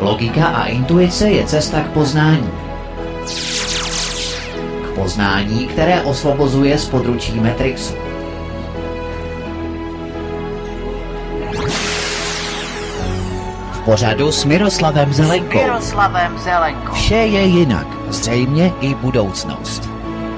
Logika a intuice je cesta k poznání. K poznání, které osvobozuje z područí Matrixu. V pořadu s Miroslavem Zelenkou. Vše je jinak, zřejmě i budoucnost.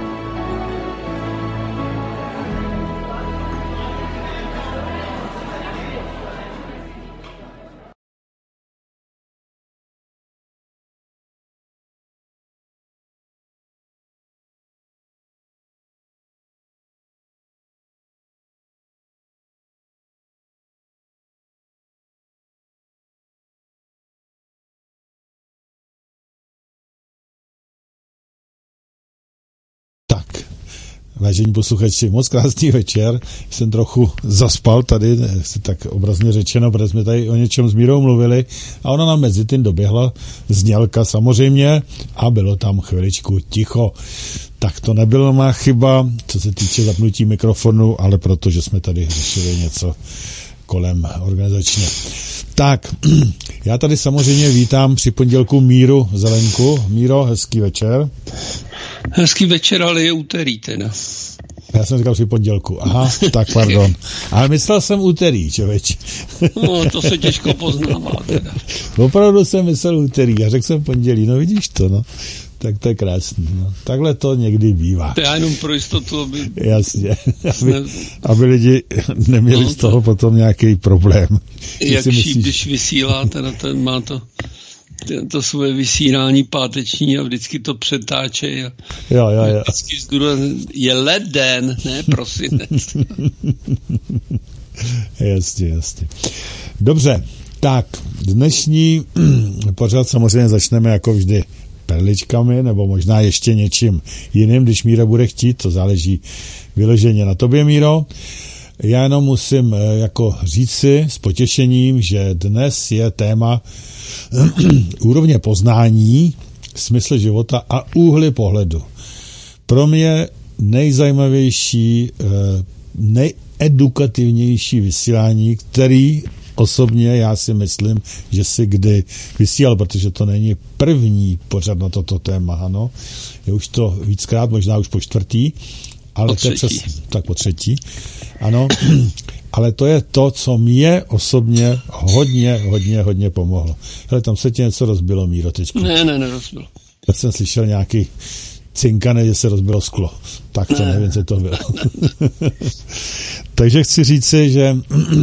Vážení posluchači, moc krásný večer. Jsem trochu zaspal tady, tak obrazně řečeno, protože jsme tady o něčem s Mírou mluvili a ona nám mezi tím doběhla znělka samozřejmě a bylo tam chviličku ticho. Tak to nebyla má chyba, co se týče zapnutí mikrofonu, ale protože jsme tady řešili něco kolem organizačně. Tak, já tady samozřejmě vítám při pondělku Míru Zelenku. Míro, hezký večer. Hezký večer, ale je úterý teda. Já jsem říkal při pondělku. Aha, tak pardon. Ale myslel jsem úterý, člověč. No, to se těžko poznává teda. Opravdu jsem myslel úterý a řekl jsem pondělí. No vidíš to, no. Tak to je krásný. No. Takhle to někdy bývá. To je jenom pro jistotu, aby... Jasně. Aby lidi neměli z toho potom nějaký problém. Jak myslíš... když vysílá, teda ten má to svoje vysílání páteční a vždycky to přetáče. Jo. Vždycky je leden, ne prosinec. Jasně. Dobře, tak dnešní pořád samozřejmě začneme jako vždy perličkami, nebo možná ještě něčím jiným, když Míra bude chtít, to záleží vyloženě na tobě, Míro. Já jenom musím jako říci s potěšením, že dnes je téma úrovně poznání, smysl života a úhly pohledu. Pro mě nejzajímavější, nejedukativnější vysílání, který osobně já si myslím, že si kdy vysílal, protože to není první pořad na toto téma, ano. Je už to víckrát, možná už po čtvrtý, ale to je tak po třetí, ano. Ale to je to, co mě osobně hodně pomohlo. Hele, tam se ti něco rozbilo, Míro, teďko. Ne, nerozbilo. Já jsem slyšel nějaký cinkane, že se rozbilo sklo. Tak to nevím, co to bylo. Takže chci říci, že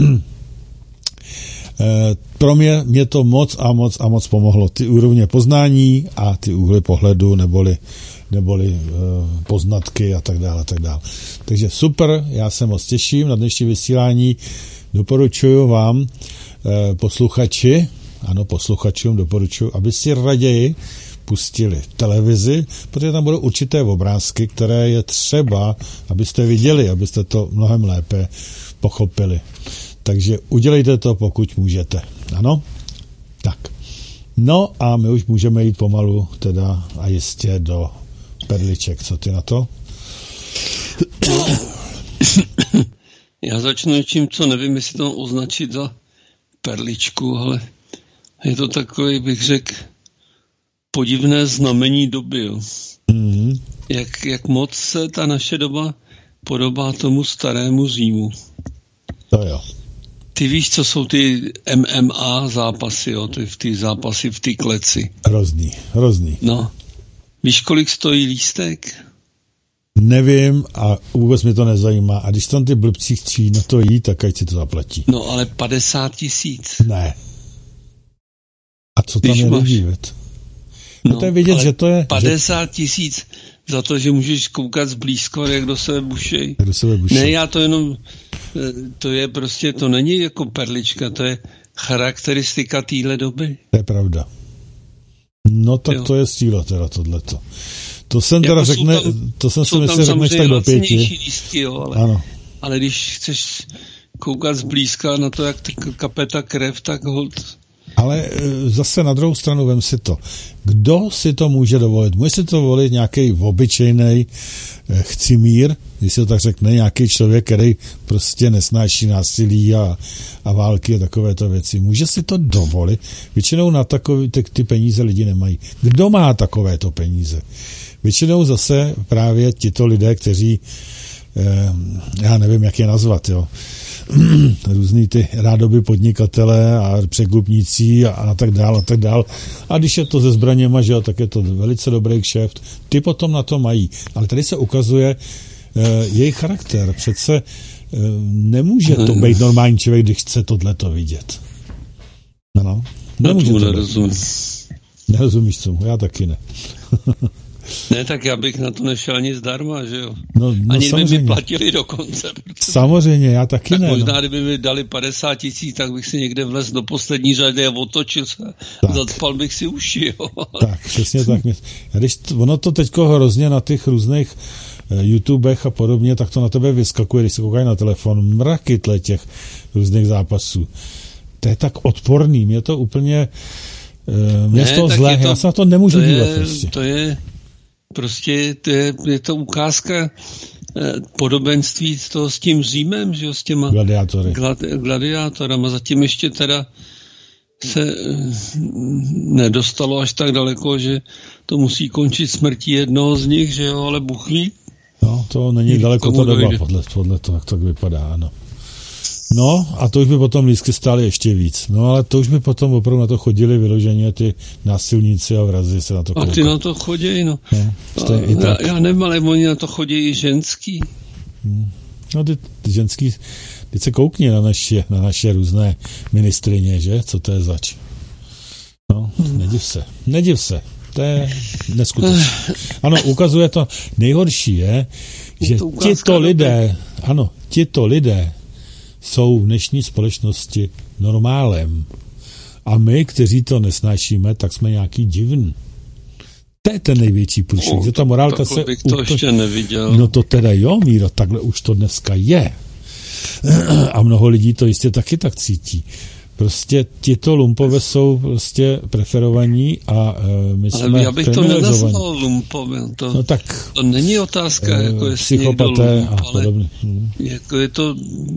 pro mě to moc pomohlo. Ty úrovně poznání a ty úhly pohledu, neboli poznatky a tak dále. Takže super, já se moc těším na dnešní vysílání. Doporučuji vám, posluchačům doporučuji, aby si raději pustili televizi, protože tam budou určité obrázky, které je třeba, abyste viděli, abyste to mnohem lépe pochopili. Takže udělejte to, pokud můžete. Ano? Tak. No a my už můžeme jít pomalu teda a jistě do perliček. Co ty na to? Já začnu něčím, co nevím, jestli to označit za perličku, ale je to takový, bych řekl, podivné znamení doby. Jo. Mm-hmm. Jak moc se ta naše doba podobá tomu starému Římu. To jo. Ty víš, co jsou ty MMA zápasy, jo? Ty zápasy v té kleci. Hrozný. No. Víš, kolik stojí lístek? Nevím a vůbec mi to nezajímá. A když tam ty blbci chcí na to jít, tak ať si to zaplatí. No, ale 50 000. Ne. A co tam je lidí, věc? No, to je vidět, že to je... 50 000 za to, že můžeš koukat zblízko, jak do sebe bušej. Ne, já to jenom... To je prostě, to není jako perlička, to je charakteristika téhle doby. To je pravda. No tak jo. To je síla teda tohleto. To jsem teda řekne, to jsem si myslel, řekneš tak do 5. Lístky, jo, ano. Ale když chceš koukat zblízka na to, jak kapeta krev, tak hold Ale zase na druhou stranu vem si to. Kdo si to může dovolit? Může si to dovolit nějaký obyčejnej chcimír, když se to tak řekne, nějaký člověk, který prostě nesnáší násilí a války a takovéto věci. Může si to dovolit? Většinou na takové ty peníze lidi nemají. Kdo má takovéto peníze? Většinou zase právě tito lidé, kteří já nevím, jak je nazvat, jo. Různý ty rádoby podnikatele a překupníci a tak dál a tak dál. A když je to se zbraněma, že jo, tak je to velice dobrý kšeft. Ty potom na to mají. Ale tady se ukazuje jejich charakter. Přece nemůže to být normální člověk, když chce tohleto vidět. No, nemůže to být. Nerozumíš tomu, já taky ne. Ne, tak já bych na to nešel ani zdarma, že jo? No, ani by mi platili dokonce. Samozřejmě, já taky tak ne. Možná, kdyby mi dali 50 000, tak bych si někde vlez do poslední řady a otočil se. Zacpal bych si uši, jo. Tak, přesně tak. Ono to teďko hrozně na těch různých YouTubech a podobně, tak to na tebe vyskakuje, když se koukají na telefon, mraky těch různých zápasů. To je tak odporný, mě to úplně mě z toho zlé, já se na to nemůžu dívat. To je prostě, je to ukázka podobenství s tím Římem, že jo, s těma gladiátorama. Zatím ještě teda se nedostalo až tak daleko, že to musí končit smrtí jednoho z nich, že jo, ale Bůh ví. No, to není daleko ta doba, podle toho, jak to vypadá, ano. No, a to už by potom lístky stály ještě víc. No, ale to už by potom opravdu na to chodili vyloženě ty násilníci a vrazi se na to koukat. A ty na to chodí, no. Já nevím, ale oni na to chodí i ženský. No, ty ženský, teď se koukni na naše různé ministryně, že? Co to je zač? No, nediv se. To je neskutečné. Ano, ukazuje to. Nejhorší je, že tito lidé jsou v dnešní společnosti normálem. A my, kteří to nesnášíme, tak jsme nějaký divný. To je ten největší průšvih, že ta morálka se... bych to ještě neviděl. No to teda jo, Míro, takhle už to dneska je. A mnoho lidí to jistě taky tak cítí. Prostě tito lumpové jsou prostě preferovaní a my jsme ale já bych to nenazval lumpové. To není otázka, jako jestli psychopaté lump, a podobně. Jako je to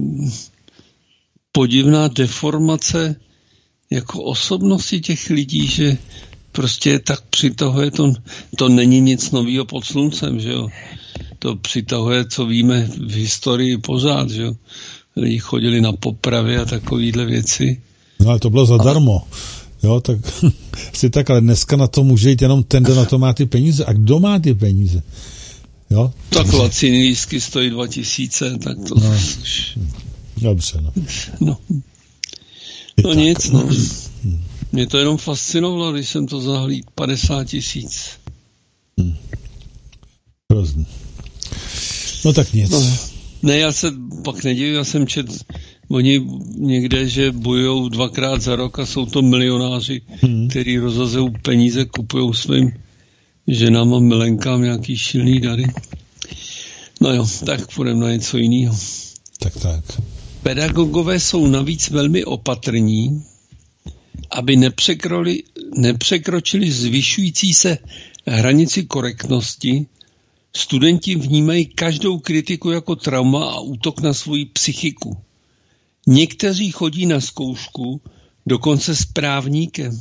podivná deformace jako osobnosti těch lidí, že prostě tak přitahuje to není nic nového pod sluncem, že jo. To přitahuje, co víme v historii pořád, že jo. Lidi chodili na popravy a takovýhle věci. No ale to bylo zadarmo. Jo, tak si tak, ale dneska na to může jít jenom ten, kdo na to má ty peníze. A kdo má ty peníze? Jo? Tak laciný lístky stojí 2000, tak to... No. Dobře, no. No nic, no. Mě to jenom fascinovalo, když jsem to zahlídl. 50 000. Hrozný. No tak nic. No. Ne, já se pak nedivím, já jsem četl, oni někde, že bojujou 2krát za rok a jsou to milionáři, kteří rozhazují peníze, kupují svým ženám a milenkám nějaký šilný dary. No jo, tak půjdeme na něco jiného. Tak. Pedagogové jsou navíc velmi opatrní, aby nepřekročili zvyšující se hranici korektnosti. Studenti vnímají každou kritiku jako trauma a útok na svoji psychiku. Někteří chodí na zkoušku dokonce s právníkem.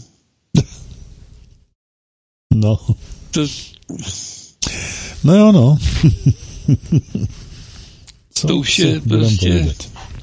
No. No jo, no. To už je prostě...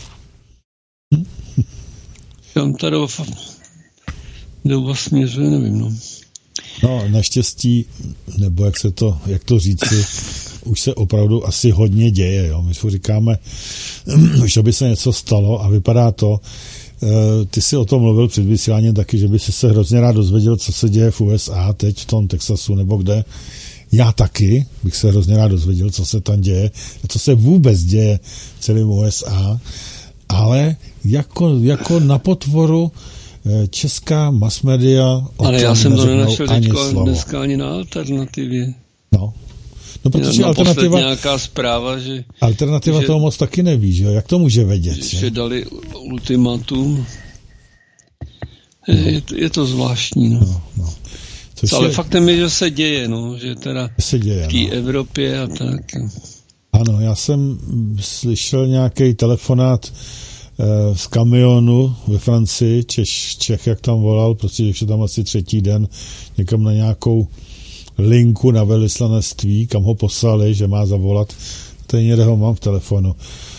Kam ta doba směřuje, nevím, no. No, naštěstí, nebo jak to říci, už se opravdu asi hodně děje, jo. My říkáme, že by se něco stalo a vypadá to, ty jsi o tom mluvil před vysíláním taky, že by si se hrozně rád dozvěděl, co se děje v USA teď, v tom Texasu nebo kde. Já taky bych se hrozně rád dozvěděl, co se tam děje, co se vůbec děje v celém USA, ale jako na potvoru česká masmedia. Ale já jsem to nenašel dneska ani na alternativě. No protože alternativa... nějaká zpráva, že... Alternativa toho moc taky neví, že jo? Jak to může vědět? Že dali ultimátum. Je to zvláštní, no. Ale faktem je, že se děje, no, že teda v té Evropě a tak. Ano, já jsem slyšel nějaký telefonát z kamionu ve Francii, Čech jak tam volal, prostě že tam asi 3. den někam na nějakou linku na velvyslanectví, kam ho poslali, že má zavolat, teď někde ho mám v telefonu,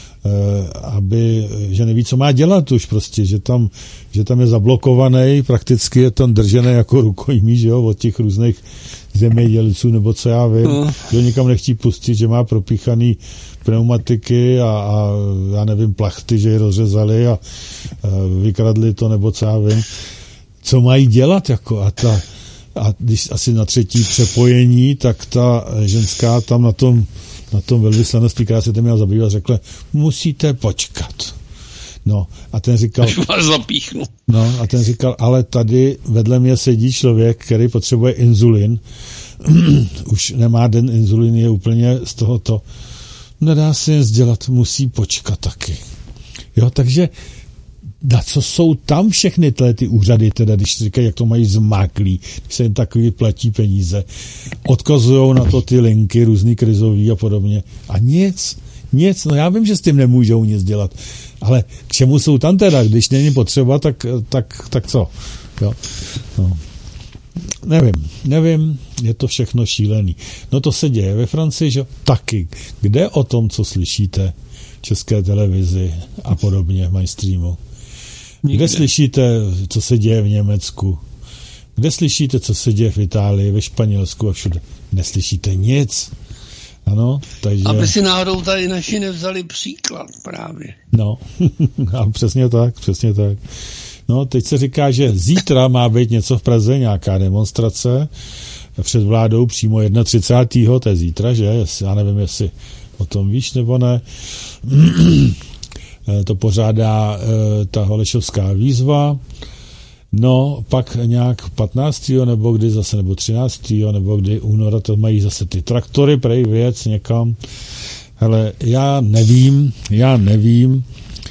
že neví, co má dělat už prostě, že tam je zablokovaný, prakticky je tam držený jako rukojmí, že jo, od těch různých zemědělců, nebo co já vím, že ho nikam nechtějí pustit, že má propíchaný pneumatiky a já nevím, plachty, že je rozřezali a vykradli to, nebo co já vím. Co mají dělat, jako a když asi na 3. přepojení, tak ta ženská tam na tom velvyslanectví, která se tím měla zabývat, řekla, musíte počkat. No, a ten říkal... Až vás zapíchnu. No, a ten říkal, ale tady vedle mě sedí člověk, který potřebuje inzulin. Už nemá den inzulin, je úplně z tohoto. Nedá se nic dělat, musí počkat taky. Jo, takže na co jsou tam všechny ty úřady, teda, když říkají, jak to mají zmáklý, když se jim takový platí peníze, odkazujou na to ty linky, různý krizový a podobně. A nic, no já vím, že s tím nemůžou nic dělat, ale k čemu jsou tam teda, když není potřeba, tak co? Jo. No. Nevím, je to všechno šílený. No to se děje ve Francii, že taky. Kde o tom, co slyšíte v České televizi a podobně, mainstreamu? Kde slyšíte, co se děje v Německu? Kde slyšíte, co se děje v Itálii, ve Španělsku a všude? Neslyšíte nic. Ano, takže... Aby si náhodou tady naši nevzali příklad právě. No, a přesně tak. No, teď se říká, že zítra má být něco v Praze, nějaká demonstrace před vládou přímo 31. To je zítra, že? Já nevím, jestli o tom víš nebo ne. To pořádá ta Holešovská výzva. No, pak nějak 15. nebo kdy zase, nebo 13. nebo kdy února to mají zase ty traktory, prej věc někam. Hele, já nevím.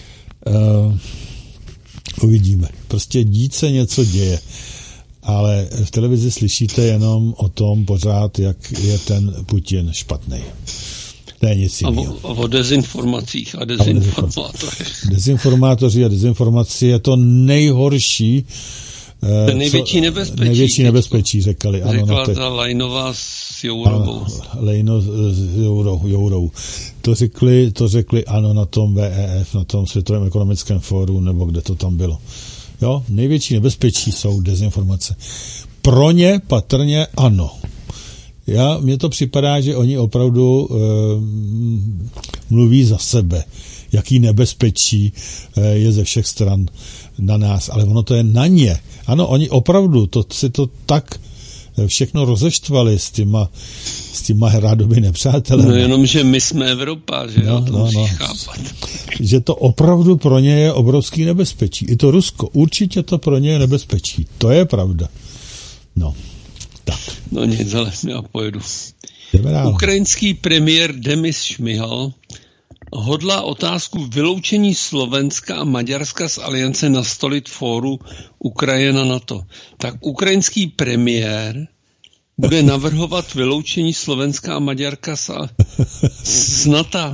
Uvidíme. Prostě dít se něco děje. Ale v televizi slyšíte jenom o tom pořád, jak je ten Putin špatný. To je nic jiného. A o dezinformacích a dezinformátorech. Dezinformátoři a dezinformaci je to nejhorší. To největší nebezpečí. Největší nebezpečí, řekli. Řekla ta Lajnová s Jourovou. Lejno s Jourou. To řekli ano na tom WEF, na tom Světovém ekonomickém fóru, nebo kde to tam bylo. Jo, největší nebezpečí jsou dezinformace. Pro ně patrně ano. Mně to připadá, že oni opravdu mluví za sebe. Jaký nebezpečí je ze všech stran na nás, ale ono to je na ně. Ano, oni opravdu si to tak všechno rozeštvali s těma rádoby nepřáteli. No jenom, že my jsme Evropa, že to musíš chápat. Že to opravdu pro ně je obrovský nebezpečí. I to Rusko, určitě to pro ně je nebezpečí. To je pravda. No, tak. No nic, ale já pojedu. Ukrajinský premiér Denis Šmyhal hodlá otázku vyloučení Slovenska a Maďarska z aliance nastolit fóru Ukrajina NATO. Tak ukrajinský premiér bude navrhovat vyloučení Slovenska a Maďarska z NATO.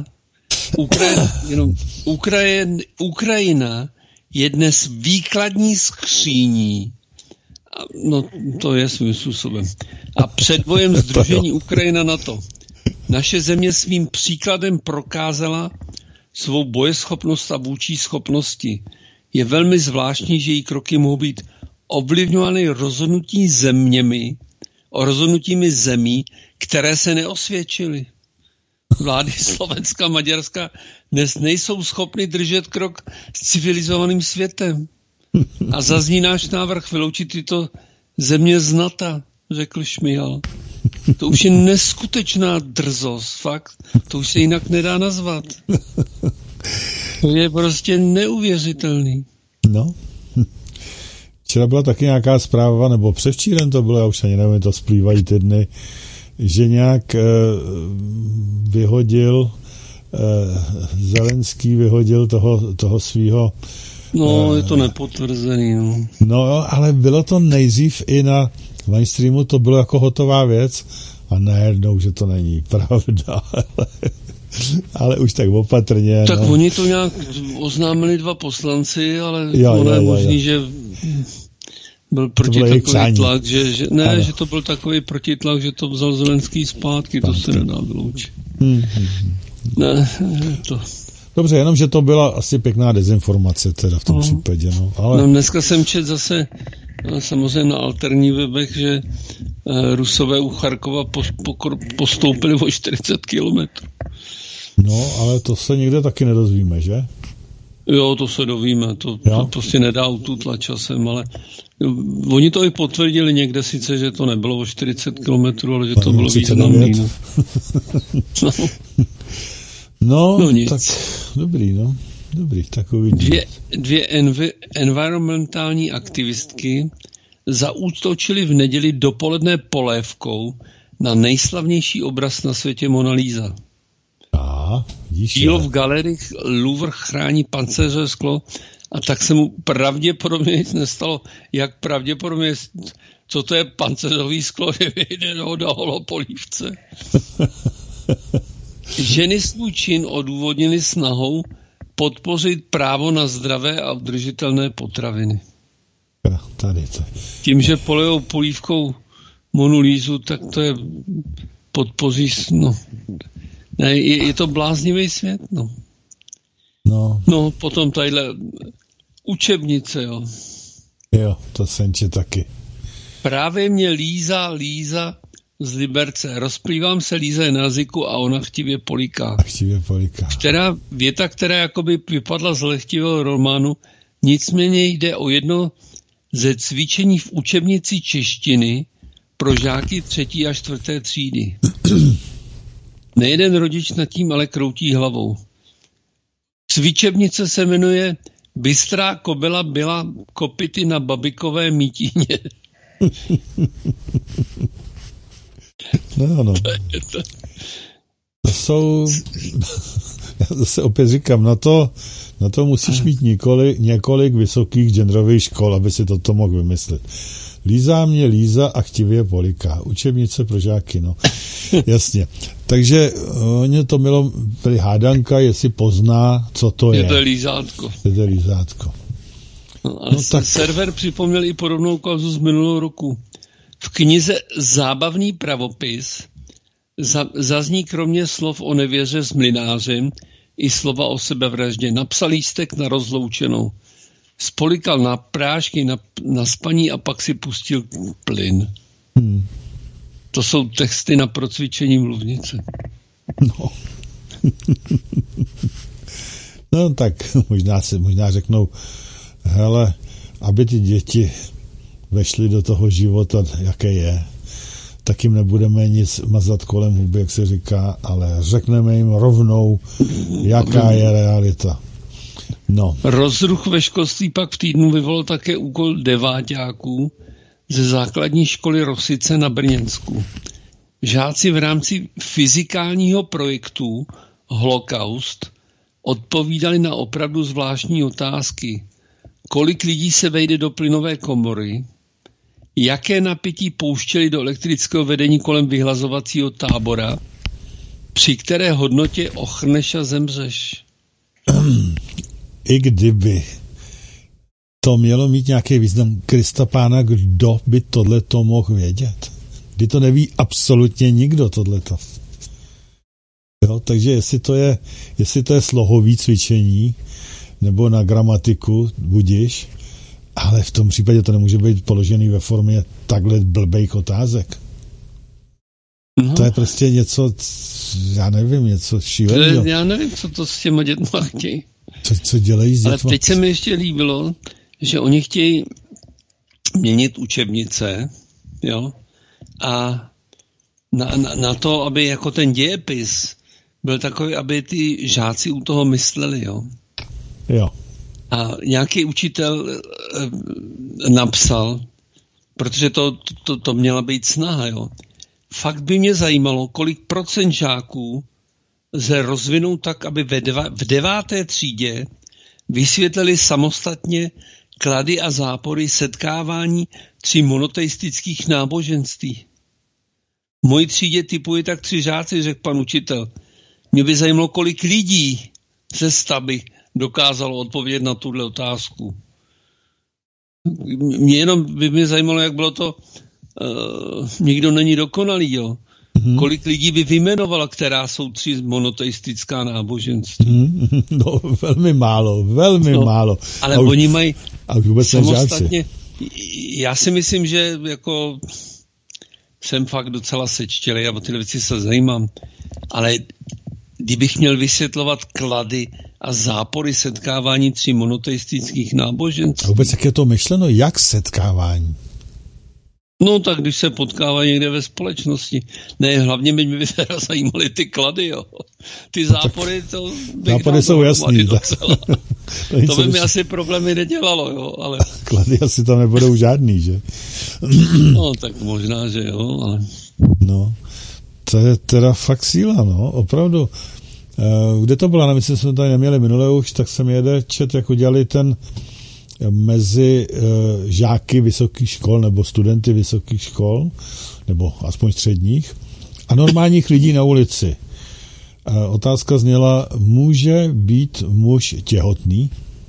Ukrajina je dnes výkladní skříní. No, to je svým způsobem. A předvojem sdružení Ukrajina NATO. Naše země svým příkladem prokázala svou bojeschopnost a vůči schopnosti. Je velmi zvláštní, že její kroky mohou být ovlivňovány rozhodnutími zemí, které se neosvědčily. Vlády Slovenska a Maďarska dnes nejsou schopny držet krok s civilizovaným světem. A zazní náš návrh vyloučit tyto země z NATO, řekl Šmyhal. To už je neskutečná drzost, fakt. To už se jinak nedá nazvat. To je prostě neuvěřitelný. No. Včera byla taky nějaká zpráva, nebo převčírem to bylo, já už ani nevím, to splývají ty dny, že nějak vyhodil Zelenský vyhodil toho svýho... No, je to nepotvrzený. No. No, ale bylo to nejdřív i na mainstreamu, to bylo jako hotová věc a najednou, že to není pravda. Ale už tak opatrně. Tak no. Oni to nějak oznámili 2 poslanci, ale jo, je možný, že byl proti takový tlak, že to byl takový protitlak, že to vzal Zelenský zpátky, to se nedá vyloučit. Ne, to... Dobře, jenom, že to byla asi pěkná dezinformace teda v tom případě. No. Ale... No, dneska jsem četl zase samozřejmě na alterní webech, že Rusové u Charkova postoupili o 40 kilometrů. No, ale to se nikde taky nedozvíme, že? Jo, to se dovíme, to prostě nedá ututlat časem, ale oni to i potvrdili někde sice, že to nebylo o 40 kilometrů, ale že to bylo významný. No, tak dobrý, tak uvidíme. Dvě environmentální aktivistky zaútočily v neděli dopoledne polévkou na nejslavnější obraz na světě Mona Lisa. Dílo v galerii Louvre chrání pancéřové sklo a tak se mu pravděpodobně nic nestalo. Jak pravděpodobně, co to je pancéřový sklo, že vyjde na holopolívce? Ženy svůj čin odůvodnili snahou podpořit právo na zdravé a udržitelné potraviny. Tím, že polejou polívkou Monu Lisu, tak to je podpoří, ne, je to bláznivý svět, No, potom tadyhle učebnice, jo. Jo, to jsem četl taky. Právě mě Líza z Liberce. Rozplývám se, Líza je na jazyku a ona chtivě poliká. Věta, která jakoby vypadla z lehtivého románu, nicméně jde o jedno ze cvičení v učebnici češtiny pro žáky 3. a 4. třídy. Nejeden rodič nad tím ale kroutí hlavou. Cvičebnice se jmenuje Bystrá kobila byla kopyty na babikové mítině. No. To jsou... Já zase opět říkám, na to musíš mít několik vysokých genderových škol, aby si toto mohl vymyslet. Lízá mě Líza a chtivě poliká. Učebnice pro žáky, no. Jasně. Takže mě to bylo hádanka, jestli pozná, co to je. Je to lízátko. Tak... Server připomněl i podobnou kauzu z minulého roku. V knize Zábavný pravopis zazní kromě slov o nevěře s mlynářem i slova o sebevraždě. Napsal lístek na rozloučenou. Spolikal na prášky, na spaní a pak si pustil plyn. To jsou texty na procvičení mluvnice. No tak možná řeknou, hele, aby ty děti vešly do toho života, jaké je, tak jim nebudeme nic mazat kolem huby, jak se říká, ale řekneme jim rovnou, jaká je realita. No. Rozruch ve školství pak v týdnu vyvolal také úkol deváťáků ze základní školy Rosice na Brněnsku. Žáci v rámci fyzikálního projektu Holokaust odpovídali na opravdu zvláštní otázky. Kolik lidí se vejde do plynové komory? Jaké napětí pouštěli do elektrického vedení kolem vyhlazovacího tábora? Při které hodnotě ochrneš a zemřeš? I kdyby to mělo mít nějaký význam, Krista Pána, kdo by tohleto mohl vědět? Kdy to neví absolutně nikdo tohleto. Jo, takže jestli to je slohový cvičení nebo na gramatiku, budiš, ale v tom případě to nemůže být položený ve formě takhle blbejch otázek. To je prostě něco, já nevím, něco šíleného. Já nevím, co to s těma dětma chtějí. Co dělají s dětma? Ale teď se mi ještě líbilo, že oni chtějí měnit učebnice, jo, a na to, aby jako ten dějepis byl takový, aby ty žáci u toho mysleli, jo. Jo. A nějaký učitel napsal, protože to měla být snaha, jo. Fakt by mě zajímalo, kolik procent žáků lze rozvinout tak, aby v 9. třídě vysvětlili samostatně klady a zápory setkávání 3 monoteistických náboženství. V mojí třídě typují tak 3 žáci, řekl pan učitel. Mě by zajímalo, kolik lidí ze 100 by dokázalo odpovědět na tuhle otázku. By mě zajímalo, jak bylo to, nikdo není dokonalý, jo. Kolik lidí by vyjmenovala, která jsou 3 monoteistická náboženství? No, velmi málo. Ale oni mají vůbec samostatně. Já si myslím, že jako jsem fakt docela sečtělej a o tyhle věci se zajímám. Ale kdybych měl vysvětlovat klady a zápory setkávání 3 monoteistických náboženství. A vůbec jak je to myšleno? Jak setkávání? No tak když se potkávají někde ve společnosti. Ne, hlavně by mě teda zajímaly ty klady, jo. Ty zápory, to zápory jsou jasný. To by mi asi problémy nedělalo, jo, ale... Klady asi tam nebudou žádný, že? No, tak možná, že jo, ale... No, to je teda fakt síla, no, opravdu. Kde to byla? Myslím, že jsme tady neměli minule už, tak jsem čet, jak udělali ten mezi žáky vysokých škol nebo studenty vysokých škol, nebo aspoň středních, a normálních lidí na ulici. Otázka zněla, může být muž těhotný?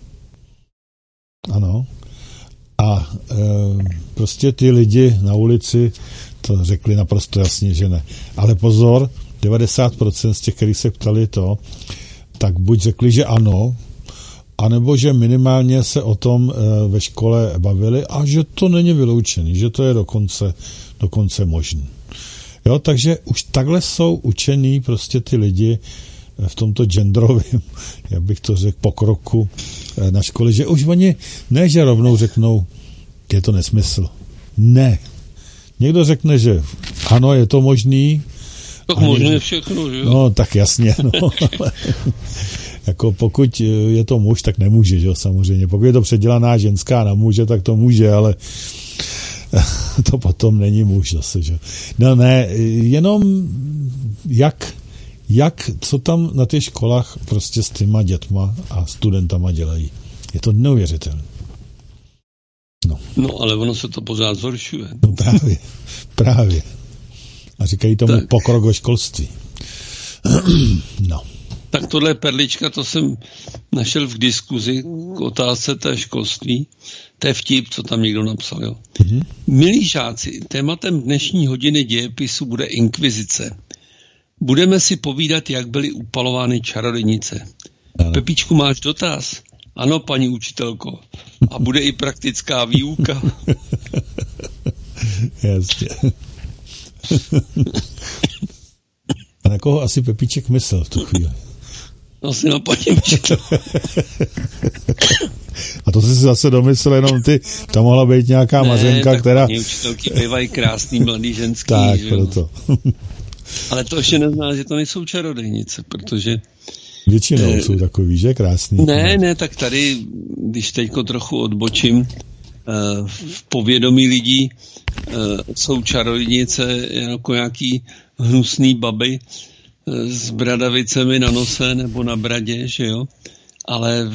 Ano. A prostě ty lidi na ulici to řekli naprosto jasně, že ne. Ale pozor, 90% z těch, kteří se ptali to, tak buď řekli, že ano, anebo že minimálně se o tom ve škole bavili a že to není vyloučený, že to je dokonce možný. Jo, takže už takhle jsou učený prostě ty lidi v tomto genderovém, jak bych to řekl, pokroku na škole, že už oni ne, že rovnou řeknou, je to nesmysl. Ne. Někdo řekne, že ano, je to možný. Tak možné všechno, že jo? No, tak jasně, no. Jako pokud je to muž, tak nemůže, že jo, samozřejmě. Pokud je to předělaná ženská na muže, tak to může, ale to potom není muž zase, že? No ne, jenom co tam na těch školách prostě s těma dětma a studentama dělají. Je to neuvěřitelné. No, ale ono se to pořád zhoršuje. No právě. A říkají tomu tak. Pokrok ve školství. No. Tak tohle perlička, to jsem našel v diskuzi k otázce té školství. To je vtip, co tam někdo napsal. Jo. Milí žáci, tématem dnešní hodiny dějepisu bude inkvizice. Budeme si povídat, jak byly upalovány čarodějnice. Ano. Pepičku, máš dotaz? Ano, paní učitelko. A bude i praktická výuka. Jasně. A na koho asi Pepíček myslel v tu chvíli? Asi na paní učitelku. A to jsi si zase domyslel jenom ty. Tam mohla být nějaká mařenka, která... Paní učitelky bývají krásný mladý ženský. Tak, že proto. Ale to ještě neznamená, že to nejsou čarodejnice, protože... Většinou jsou takový, že? Krásný. Ne, tak tady, když teďko trochu odbočím, v povědomí lidí jsou čarodějnice jako nějaký hnusný baby s bradavicemi na nose nebo na bradě, že jo? Ale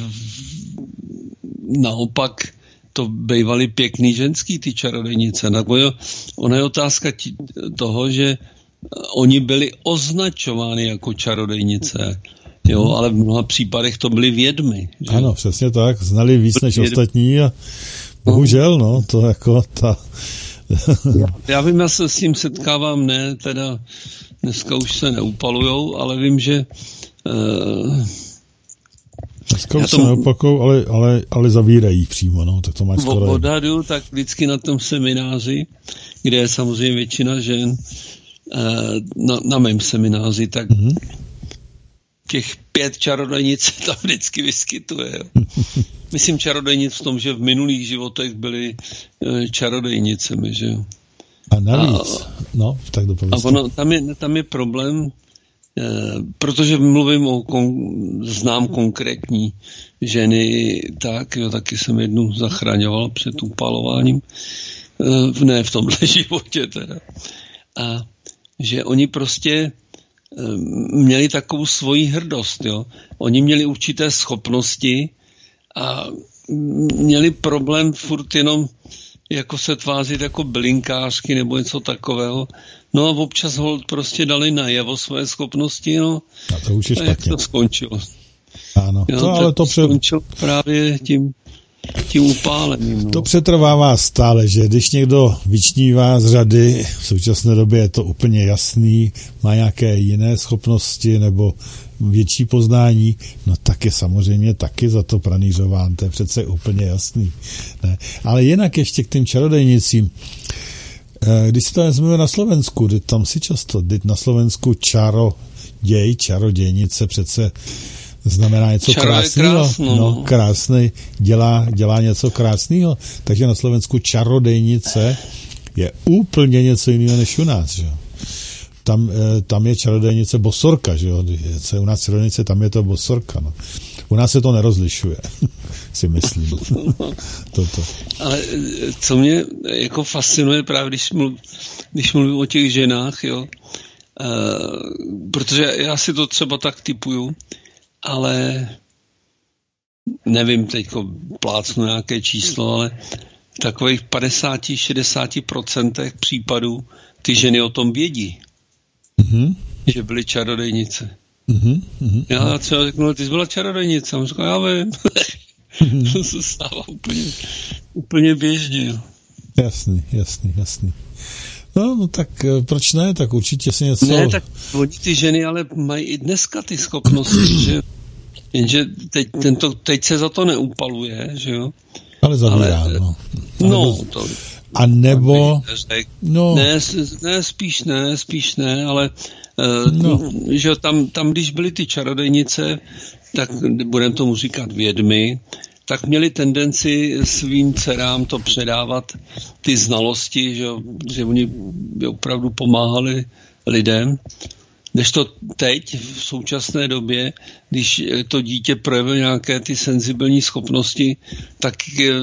naopak to bývaly pěkný ženský, ty čarodějnice. Ona je otázka toho, že oni byli označovány jako čarodějnice, jo, ale v mnoha případech to byly vědmy. Že? Ano, přesně tak, znali víc než ostatní a bohužel, no, to jako ta... Já vím, já se s tím setkávám, ne, teda dneska už se neupalujou, ale vím, že... Dneska už se neupakujou, ale zavírají přímo, no, tak to máš skoro... Odhadu, tak vždycky na tom semináři, kde je samozřejmě většina žen, na mém semináři, tak těch 5 čarodějnic tam vždycky vyskytuje. Jo. Myslím čarodějnic v tom, že v minulých životech byly čarodějnicemi, že jo. A navíc, tak dopovězte. A ono, tam je problém, protože mluvím znám konkrétní ženy, tak jo, taky jsem jednu zachraňoval před upalováním, ne v tomhle životě teda. A že oni prostě měli takovou svoji hrdost, jo. Oni měli určité schopnosti a měli problém furt jenom jako se tvářit jako bylinkářky nebo něco takového. No a občas holt prostě dali najevo své schopnosti, no. A to už je špatně. Jak to skončilo? Ano, jo, to, ale to skončilo právě tím upálením. No. To přetrvává stále, že když někdo vyčnívá z řady, v současné době je to úplně jasný, má nějaké jiné schopnosti nebo větší poznání, no tak je samozřejmě taky za to pranýřován, to je přece úplně jasný. Ne? Ale jinak ještě k těm čarodejnicím. Když si to vezmeme na Slovensku, tam si často, na Slovensku čarodějnice přece znamená něco krásného. No, krásný, dělá něco krásného. Takže na Slovensku čarodejnice je úplně něco jiného než u nás, že jo. Tam je čarodejnice bosorka, že jo. Co je u nás čarodejnice, tam je to bosorka, no. U nás se to nerozlišuje, si myslím. Toto. Ale co mě jako fascinuje právě, když mluvím o těch ženách, jo, protože já si to třeba tak tipuju, ale nevím, teďko plácnu nějaké číslo, ale v takových 50-60% případů ty ženy o tom vědí, že byly čarodejnice. Já třeba řeknu, ty jsi byla čarodejnice, a on říká, já vím. To se stává úplně běžně. Jo. Jasný. No tak proč ne, tak určitě si něco... Ne, tak oni ty ženy ale mají i dneska ty schopnosti, že jenže teď se za to neupaluje, že jo. Ale zavírá, no. No, to... A nebo... No. Ne, spíš ne, ale že tam, když byly ty čarodejnice, tak budeme tomu říkat vědmy, tak měli tendenci svým dcerám to předávat ty znalosti, že oni opravdu pomáhali lidem. Kdežto teď, v současné době, když to dítě projevuje nějaké ty senzibilní schopnosti, tak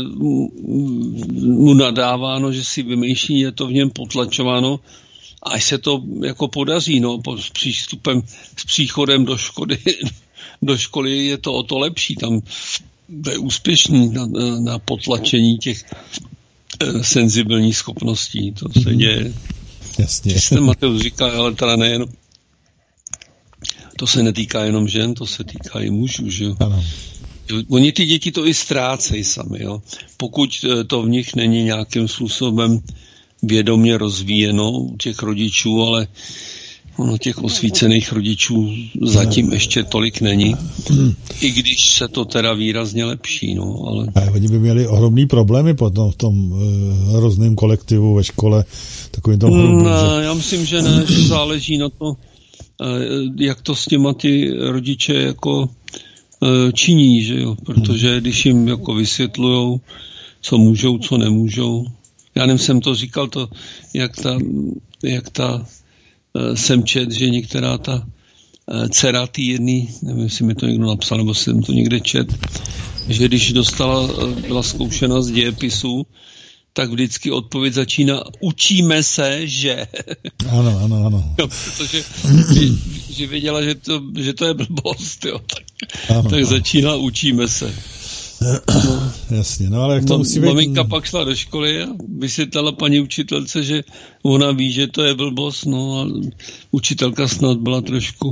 mu nadáváno, že si vymýšlí, je to v něm potlačováno, až se to jako podaří, no, s příchodem do školy je to o to lepší, tam je úspěšný na potlačení těch senzibilních schopností, to se děje. Jasně. Mateus říká, ale teda nejen, to se netýká jenom žen, to se týká i mužů, že jo. Ano. Oni ty děti to i ztrácejí sami, jo. Pokud to v nich není nějakým způsobem vědomě rozvíjeno u těch rodičů, ale ono těch osvícených rodičů zatím ještě tolik není, i když se to teda výrazně lepší, no, ale... A oni by měli ohromný problémy potom v tom hrozném kolektivu ve škole, takovým tom hrubým, že... Já myslím, že ne, že záleží na to, jak to s těma ty rodiče jako činí, že jo, protože když jim jako vysvětlujou, co můžou, co nemůžou. Já nevím, jsem to říkal, to, jak ta jsem čet, že některá ta dcera tý jedný, nevím, jestli mi to někdo napsal, nebo jsem to někde čet, že když byla zkoušena z dějepisu, tak vždycky odpověď začíná učíme se, že... Ano. Jo, protože že věděla, že to je blbost, jo, tak začíná učíme se. No. Jasně, no ale jak to musí být... Maminka pak šla do školy a vysvětlila paní učitelce, že ona ví, že to je blbost, no a učitelka snad byla trošku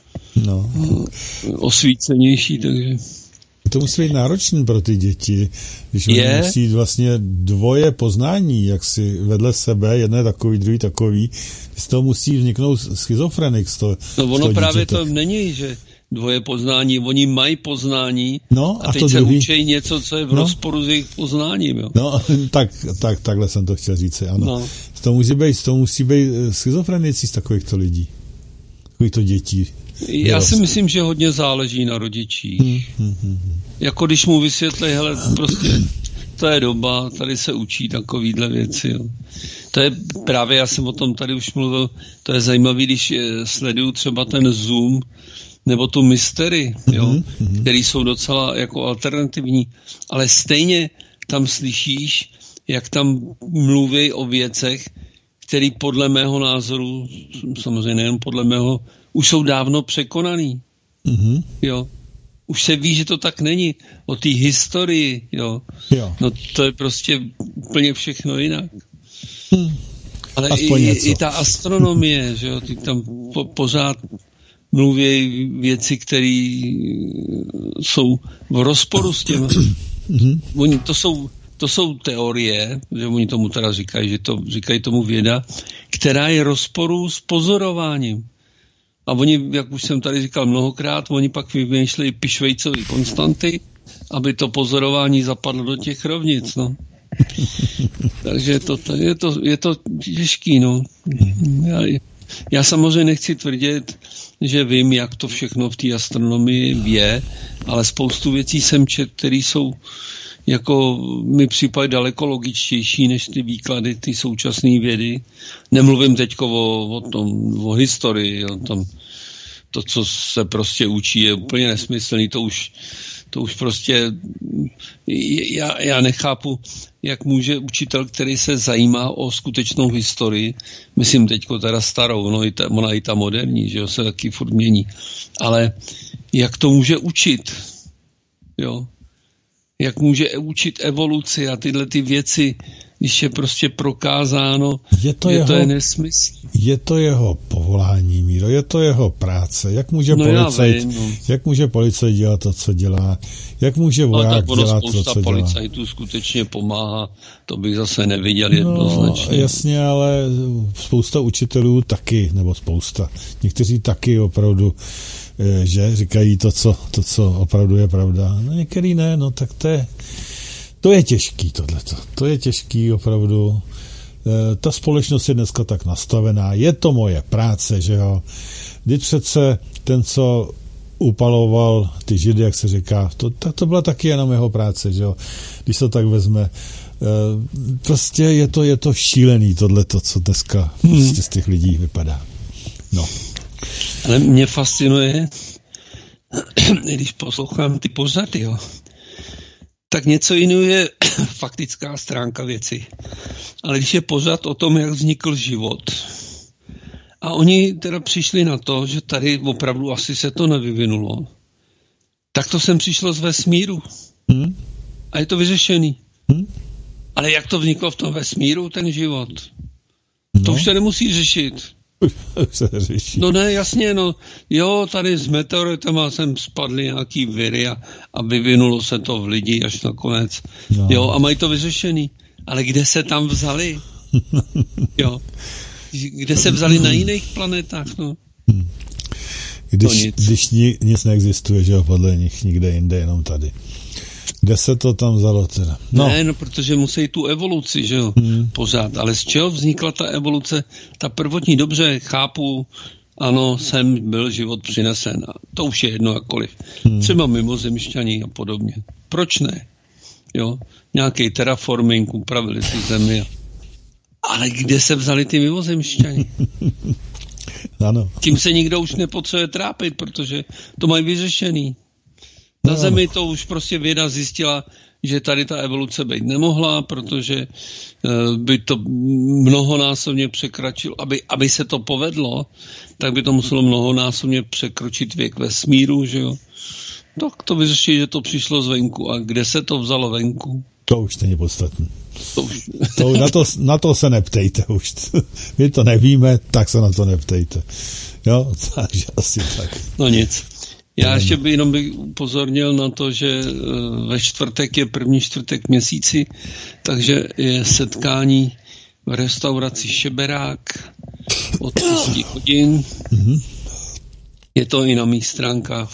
osvícenější, takže... To musí být náročný pro ty děti, když oni musí vlastně dvoje poznání, jak si vedle sebe, jedné takový, druhý takový, z toho musí vzniknout schizofrenik. No ono právě to není, že dvoje poznání, oni mají poznání a teď se učí něco, co je v rozporu s jejich poznáním. Jo. No, takhle jsem to chtěl říct, ano. No. Z toho musí být schizofrenici z takovýchto lidí, takovýchto dětí. Já si myslím, že hodně záleží na rodičích. Jako když mu vysvětlí, hele, prostě to je doba, tady se učí takovýhle věci. Jo. To je právě, já jsem o tom tady už mluvil, to je zajímavé, když sleduju třeba ten Zoom nebo tu Mystery, jo, který jsou docela jako alternativní, ale stejně tam slyšíš, jak tam mluví o věcech, který podle mého názoru, samozřejmě nejen podle mého už jsou dávno překonaný. Mm-hmm. Jo. Už se ví, že to tak není. O té historii, jo. No to je prostě úplně všechno jinak. Ale i ta astronomie, že jo, ty tam pořád mluví věci, které jsou v rozporu s těmi. Oni to jsou teorie, že oni tomu teda říkají tomu věda, která je rozporu s pozorováním. A oni, jak už jsem tady říkal mnohokrát, oni pak vymýšlejí Pišvejcovy konstanty, aby to pozorování zapadlo do těch rovnic, no. Takže je to těžký, no. Já samozřejmě nechci tvrdit, že vím, jak to všechno v té astronomii je, ale spoustu věcí jsem četl, které jsou jako mi připadají daleko logičtější než ty výklady, ty současné vědy. Nemluvím teďko o historii, o tom, to, co se prostě učí, je úplně nesmyslný, to už prostě já nechápu, jak může učitel, který se zajímá o skutečnou historii, myslím teďko teda starou, no ona i ta moderní, že jo, se taky furt mění, ale jak to může učit, jo, jak může učit evoluci a tyhle ty věci, když je prostě prokázáno, to je nesmysl. Je to jeho povolání, Míro, je to jeho práce. Jak může policajt dělat to, co dělá? Jak může voják dělat to, co dělá? Spousta policajtů skutečně pomáhá, to bych zase neviděl jednoznačně. Jasně, ale spousta učitelů taky, nebo spousta. Někteří taky opravdu, že říkají to, co opravdu je pravda. No některý ne, no tak to je těžký tohleto. To je těžký opravdu. Ta společnost je dneska tak nastavená. Je to moje práce, že jo. Když přece ten, co upaloval ty Židy, jak se říká, to byla taky jenom jeho práce, že jo. Když se tak vezme. Prostě je to šílený tohleto, co dneska prostě z těch lidí vypadá. No. Ale mě fascinuje, když poslouchám ty pořady, jo, tak něco jiného je faktická stránka věci. Ale když je pořad o tom, jak vznikl život, a oni teda přišli na to, že tady opravdu asi se to nevyvinulo, tak to sem přišlo z vesmíru. A je to vyřešený. Ale jak to vzniklo v tom vesmíru, ten život? To už se nemusí řešit. No ne, jasně, no jo, tady s meteoritama sem spadly nějaký viry a vyvinulo se to v lidi až nakonec. No. Jo, a mají to vyřešený. Ale kde se tam vzali? Jo. Kde se vzali na jiných planetách, no? Když nic neexistuje, že jo, podle nich nikde jinde, jenom tady. Kde se to tam vzalo teda? No. Ne, no, protože musí tu evoluci, že jo, pořád. Ale z čeho vznikla ta evoluce? Ta prvotní, dobře, chápu, ano, sem byl život přinesen. A to už je jedno jakkoliv. Třeba mimozemšťaní a podobně. Proč ne? Jo, nějaký terraforming, upravili si zemi. Ale kde se vzali ty mimozemšťani? Ano. Tím se nikdo už nepotřebuje trápit, protože to mají vyřešený. Na Zemi to už prostě věda zjistila, že tady ta evoluce být nemohla, protože by to mnohonásobně překročilo, aby se to povedlo, tak by to muselo mnohonásobně překročit věk vesmíru, že jo. Tak to vyřeší, že to přišlo zvenku. A kde se to vzalo venku? To už není podstatné. Na to se neptejte už. My to nevíme, tak se na to neptejte. Jo, takže asi tak. No nic. Já ještě jenom bych upozornil na to, že ve čtvrtek je první čtvrtek měsíci, takže je setkání v restauraci Šeberák od 6 hodin. Je to i na mých stránkách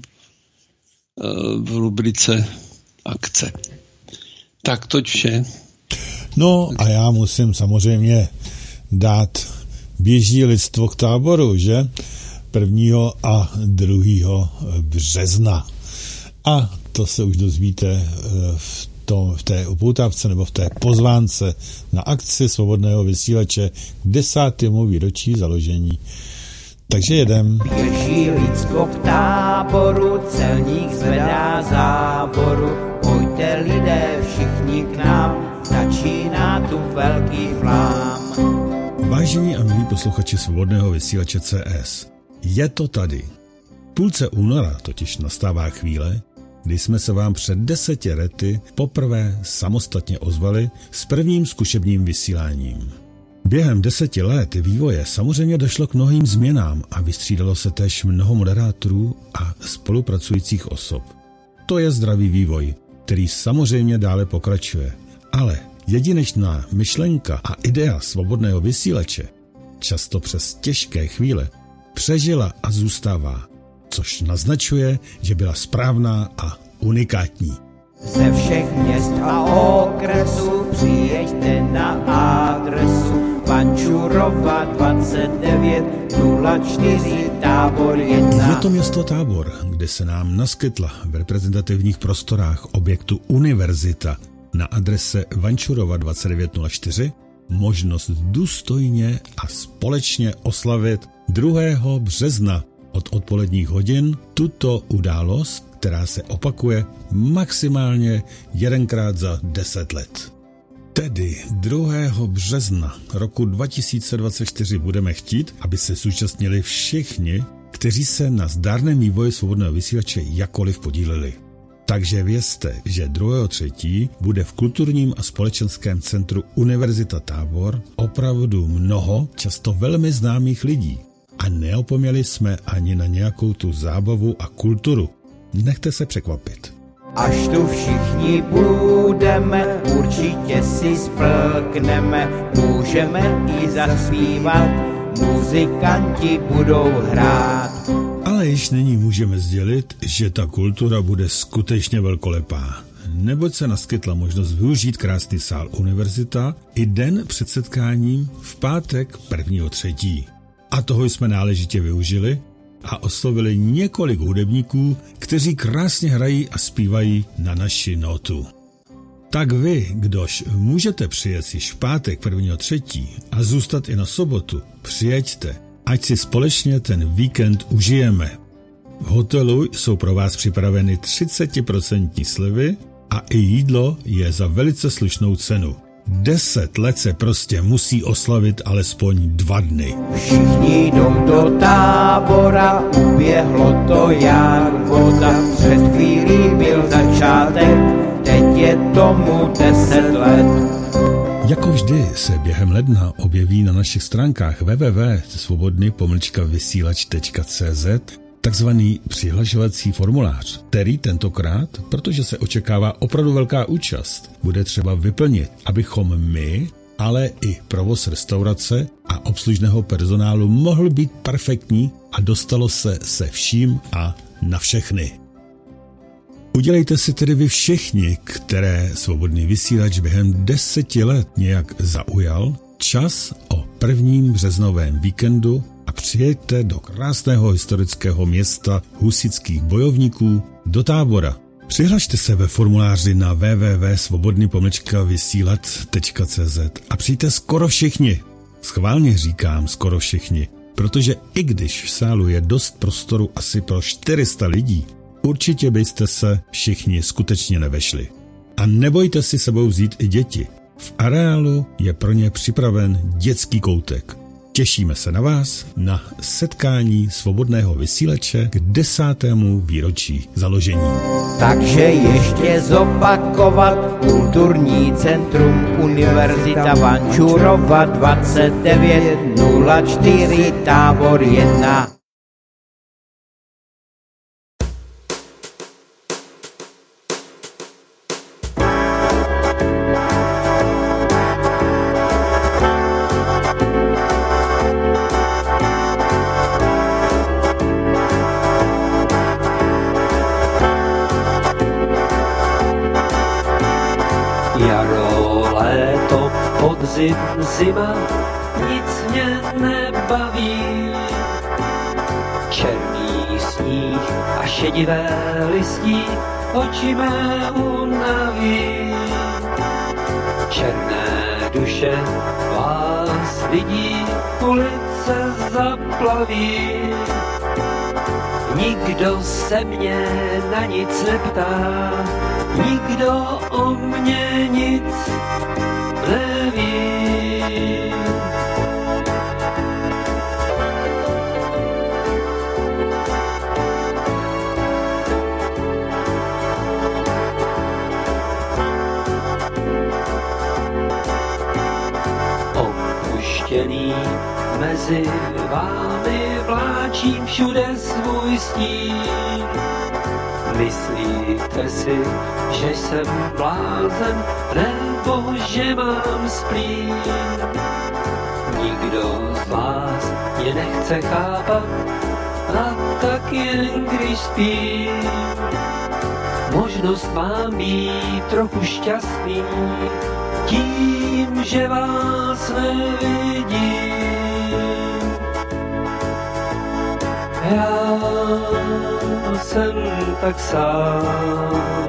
v rubrice akce. Tak toť vše. No a já musím samozřejmě dát běží lidstvo k táboru, že? 1. a 2. března. A to se už dozvíte v té upoutávce nebo v té pozvánce na akci Svobodného vysílače k 10. výročí založení. Takže jedem. Běží lidstvo k táboru, celník zvedá záboru. Pojďte lidé všichni k nám, začíná tu velký flám. Vážení a milí posluchači Svobodného vysílače CS, Je to tady. V půlce února totiž nastává chvíle, kdy jsme se vám před 10 lety poprvé samostatně ozvali s prvním zkušebním vysíláním. Během 10 let vývoje samozřejmě došlo k mnohým změnám a vystřídalo se též mnoho moderátorů a spolupracujících osob. To je zdravý vývoj, který samozřejmě dále pokračuje. Ale jedinečná myšlenka a idea svobodného vysílače, často přes těžké chvíle, přežila a zůstává, což naznačuje, že byla správná a unikátní. Ze všech měst a okresů přijeďte na adresu Vančurova 2904 Tábor 1. Je to město Tábor, kde se nám naskytla v reprezentativních prostorách objektu Univerzita na adrese Vančurova 2904 možnost důstojně a společně oslavit 2. března od odpoledních hodin tuto událost, která se opakuje maximálně 1krát za 10 let. Tedy 2. března roku 2024 budeme chtít, aby se zúčastnili všichni, kteří se na zdárném vývoji svobodného vysílače jakkoliv podíleli. Takže vězte, že 2.3. bude v kulturním a společenském centru Univerzita Tábor opravdu mnoho, často velmi známých lidí. A neopomněli jsme ani na nějakou tu zábavu a kulturu. Nechte se překvapit. Až tu všichni budeme, určitě si splkneme, můžeme i zaspívat, muzikanti budou hrát. Ale již nyní můžeme sdělit, že ta kultura bude skutečně velkolepá. Neboť se naskytla možnost využít krásný sál Univerzita i den před setkáním v pátek 1.3. A toho jsme náležitě využili a oslovili několik hudebníků, kteří krásně hrají a zpívají na naši notu. Tak vy, kdož můžete přijet již v pátek 1.3. a zůstat i na sobotu, přijeďte, ať si společně ten víkend užijeme. V hotelu jsou pro vás připraveny 30% slevy a i jídlo je za velice slušnou cenu. 10 let se prostě musí oslavit alespoň 2 dny. Všichni jdou do Tábora, uběhlo to jak voda. Před chvílí byl začátek, teď je tomu 10 let. Jako vždy se během ledna objeví na našich stránkách www.svobodny-vysílač.cz takzvaný přihlašovací formulář, který tentokrát, protože se očekává opravdu velká účast, bude třeba vyplnit, abychom my, ale i provoz restaurace a obslužného personálu mohl být perfektní a dostalo se vším a na všechny. Udělejte si tedy vy všichni, které svobodný vysílač během 10 let nějak zaujal, čas o 1. březnovém víkendu a přijeďte do krásného historického města husitských bojovníků do Tábora. Přihlašte se ve formuláři na www.svobodny-vysílač.cz a přijďte skoro všichni. Schválně říkám skoro všichni, protože i když v sálu je dost prostoru asi pro 400 lidí, určitě byste se všichni skutečně nevešli. A nebojte si sebou vzít i děti. V areálu je pro ně připraven dětský koutek. Těšíme se na vás na setkání svobodného vysílače k 10. výročí založení. Takže ještě zopakovat kulturní centrum Univerzita Vančurova 2904 Tábor 1. Podzim, zima, nic mě nebaví. Černý sníh a šedivé listí oči mé unaví. Černé duše vás vidí, ulice zaplaví. Nikdo se mě na nic neptá, nikdo o mě nic neví. opuštěný, mezi vámi vláčím všude svůj stín. Myslíte si, že jsem blázen, nebo že mám splín? Nikdo z vás mě nechce chápat, a tak jen když spím. Možnost mám být trochu šťastný, tím, že vás nevidím. Já jsem tak sám.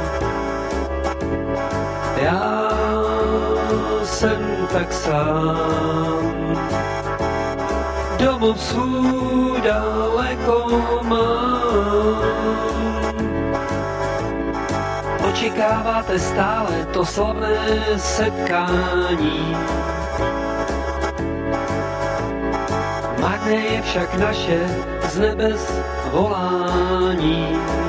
Já jsem tak sám. Domov svůj daleko mám. Očekáváte stále to slavné setkání. Marné je však naše z nebes volání.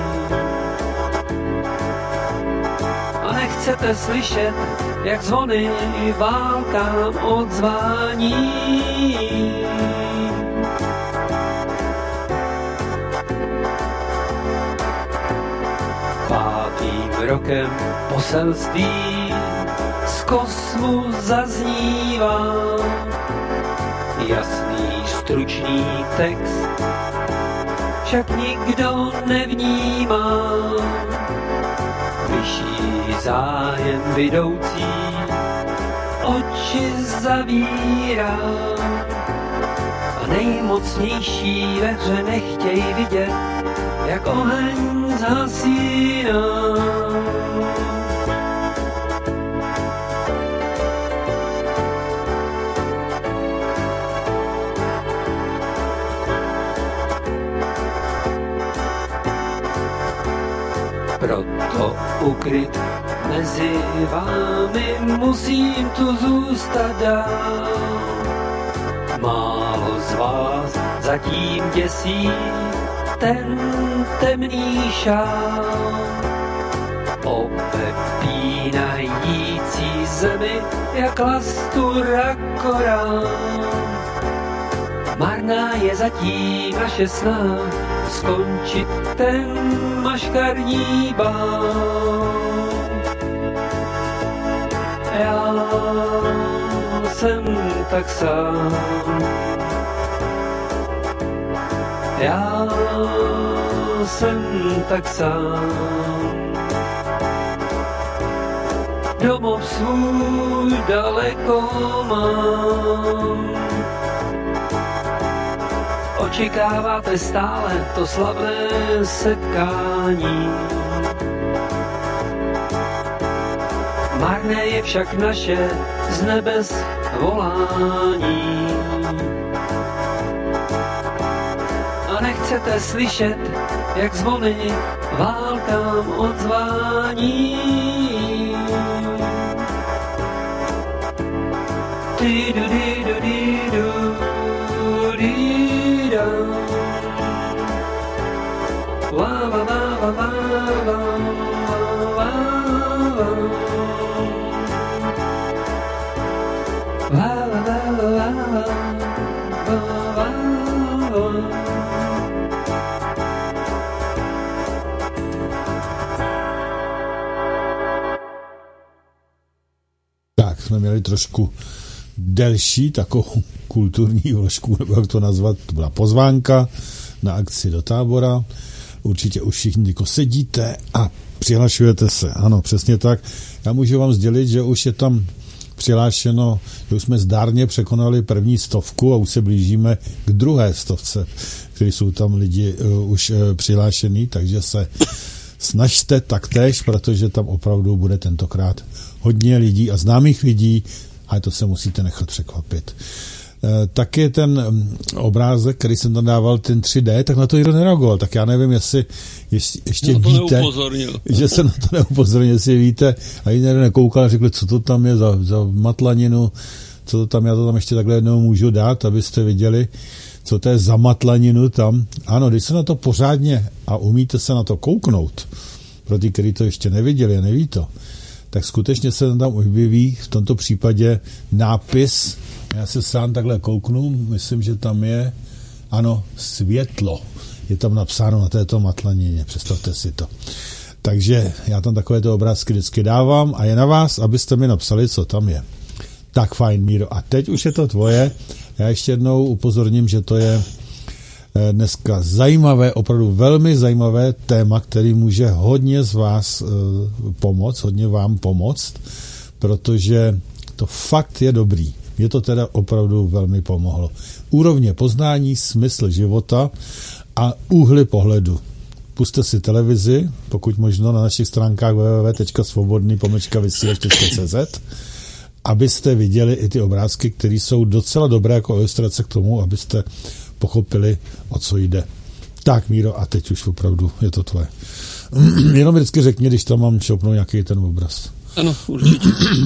A nechcete slyšet, jak zvony válkám odzvání. Pátým rokem poselství z kosmu zaznívá. Jasný, stručný text však nikdo nevnímá. Vyšší zájem vidoucí oči zavírá. A nejmocnější ve hře nechtěj vidět, jak oheň zhasíná. Proto ukryt mezi vámi musím tu zůstat dál. Málo z vás zatím děsí ten temný šál. Opepínající zemi jak lastur a korál. Marná je zatím naše snaha skončit ten maškarní bál. Já jsem tak sám. Já jsem tak sám. Domov svůj daleko mám. Očekáváte stále to slavné setkání. Marné je však naše z nebes volání. A nechcete slyšet, jak zvony válkám odzvání. Tak, jsme měli trošku delší takovou kulturní vložku, nebo jak to nazvat, to byla pozvánka na akci do Tábora. Určitě už všichni jako sedíte a přihlašujete se. Ano, přesně tak. Já můžu vám sdělit, že už je tam přihlášeno, že už jsme zdárně překonali první 100 a už se blížíme k druhé 100, který jsou tam lidi už přihlášený, takže se snažte taktéž, protože tam opravdu bude tentokrát hodně lidí a známých lidí, ale to se musíte nechat překvapit. Taky ten obrázek, který jsem tam dával, ten 3D, tak na to nikdo nereagoval. Tak já nevím, jestli ještě víte, že se na to neupozornil, jestli víte, a jiný nekoukal a řekl, co to tam je za matlaninu, co to tam, já to tam ještě takhle jednou můžu dát, abyste viděli, co to je za matlaninu tam. Ano, když se na to pořádně a umíte se na to kouknout, pro ty, kteří to ještě neviděli a neví to, tak skutečně se tam objeví v tomto případě nápis, já se sám takhle kouknu, myslím, že tam je, ano, světlo. Je tam napsáno na této matlanině, představte si to. Takže já tam takovéto obrázky vždycky dávám a je na vás, abyste mi napsali, co tam je. Tak fajn, Míro. A teď už je to tvoje. Já ještě jednou upozorním, že to je dneska zajímavé, opravdu velmi zajímavé téma, který může hodně z vás pomoct, hodně vám pomoct, protože to fakt je dobrý. Mě to teda opravdu velmi pomohlo. Úrovně poznání, smysl života a úhly pohledu. Pusťte si televizi, pokud možno na našich stránkách www.svobodný-vysílač.cz, abyste viděli i ty obrázky, které jsou docela dobré jako ilustrace k tomu, abyste pochopili, o co jde. Tak, Míro, a teď už opravdu je to tvoje. Jenom vždycky řekni, když tam mám šoupnout nějaký ten obraz. Ano, určitě.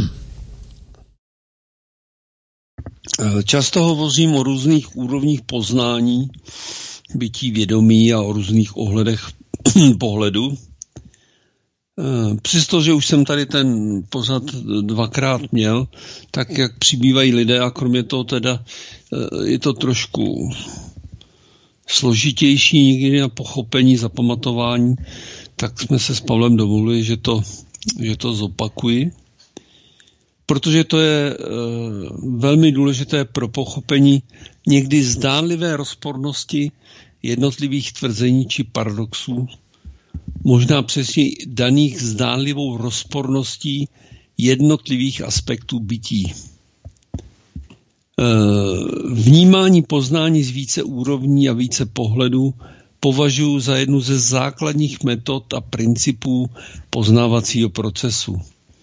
Často hovořím o různých úrovních poznání, bytí vědomí a o různých ohledech pohledu. Přestože už jsem tady ten pořad 2krát měl, tak jak přibývají lidé a kromě toho teda je to trošku složitější někdy na pochopení, zapamatování, tak jsme se s Pavlem domluvili, že to zopakuji, protože to je velmi důležité pro pochopení někdy zdánlivé rozpornosti jednotlivých tvrzení či paradoxů, možná přesně daných zdánlivou rozporností jednotlivých aspektů bytí. Vnímání poznání z více úrovní a více pohledů považuji za jednu ze základních metod a principů poznávacího procesu.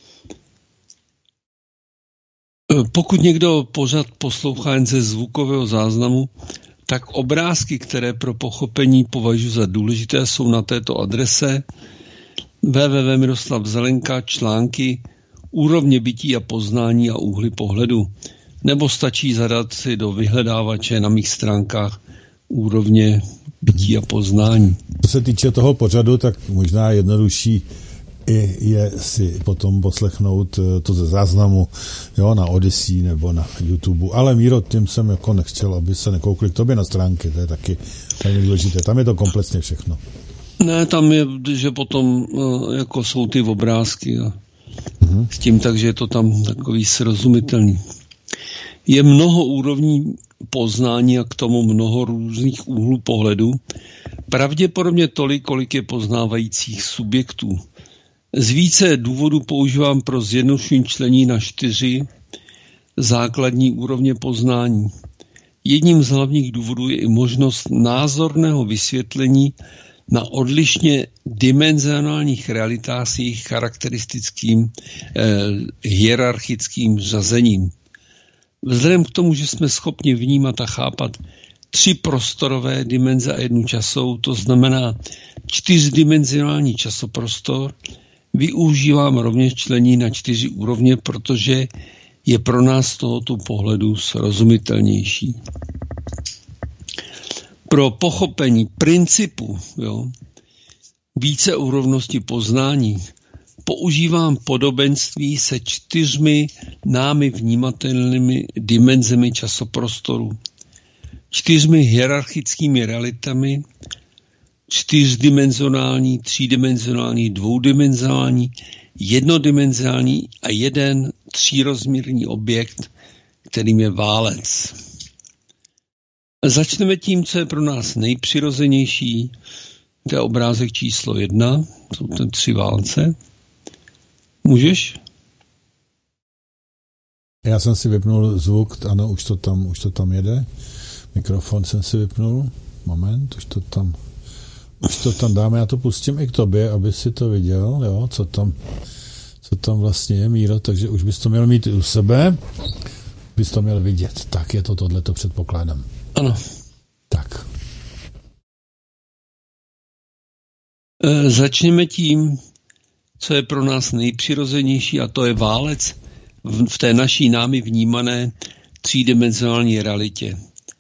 Pokud někdo pořád poslouchá jen ze zvukového záznamu, tak obrázky, které pro pochopení považuji za důležité, jsou na této adrese www.miroslav.zelenka články úrovně bytí a poznání a úhly pohledu. Nebo stačí zadat si do vyhledávače na mých stránkách úrovně bytí a poznání. Co se týče toho pořadu, tak možná jednodušší je si potom poslechnout to ze záznamu, jo, na Odyssey nebo na YouTube. Ale Míro, tím jsem jako nechtěl, aby se nekoukli k tobě na stránky, to je taky velmi důležité. Tam je to komplexně všechno. Ne, tam je, že potom jako jsou ty obrázky a s tím, takže je to tam takový srozumitelný. Je mnoho úrovní poznání a k tomu mnoho různých úhlů pohledu. Pravděpodobně tolik, kolik je poznávajících subjektů. Z více důvodů používám pro zjednodušení člení na 4 základní úrovně poznání. Jedním z hlavních důvodů je i možnost názorného vysvětlení na odlišně dimenzionálních realitách s jejich charakteristickým hierarchickým řazením. Vzhledem k tomu, že jsme schopni vnímat a chápat 3 prostorové dimenze a 1 časovou, to znamená 4dimenzionální časoprostor, využívám rovněž člení na 4 úrovně, protože je pro nás z tohoto pohledu srozumitelnější. Pro pochopení principu víceúrovnosti poznání používám podobenství se 4 námi vnímatelnými dimenzemi časoprostoru, 4 hierarchickými realitami, 4dimenzionální, 3dimenzionální, 2dimenzionální, 1dimenzionální a 1 3rozměrný objekt, kterým je válec. Začneme tím, co je pro nás nejpřirozenější. To je obrázek číslo 1, jsou to 3 válce. Můžeš? Já jsem si vypnul zvuk, ano, už to tam jede. Mikrofon jsem si vypnul. Moment, už to tam dáme, já to pustím i k tobě, aby si to viděl, jo, co tam vlastně je, Míro, takže už bys to měl mít i u sebe, bys to měl vidět. Tak je to tohleto, předpokládám. Ano. Tak. Začněme tím, co je pro nás nejpřirozenější, a to je válec v té naší námi vnímané 3dimenzionální realitě.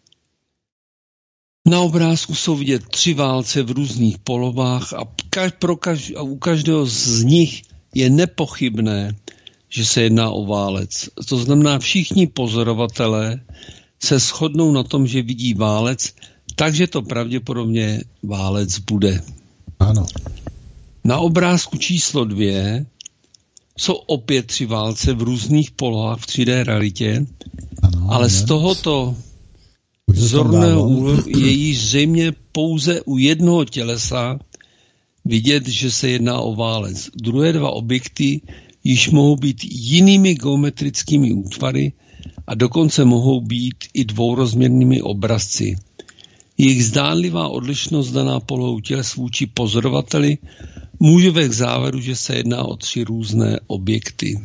Na obrázku jsou vidět 3 válce v různých polohách a u každého z nich je nepochybné, že se jedná o válec. To znamená, všichni pozorovatelé se shodnou na tom, že vidí válec, takže to pravděpodobně válec bude. Ano. Na obrázku číslo 2 jsou opět 3 válce v různých polohách v 3D realitě, ano, ale z tohoto zorného úhlu je již zřejmě pouze u jednoho tělesa vidět, že se jedná o válec. Druhé 2 objekty již mohou být jinými geometrickými útvary a dokonce mohou být i dvourozměrnými obrazci. Jejich zdánlivá odlišnost daná polohou těles vůči pozorovateli může vést k závěru, že se jedná o 3 různé objekty.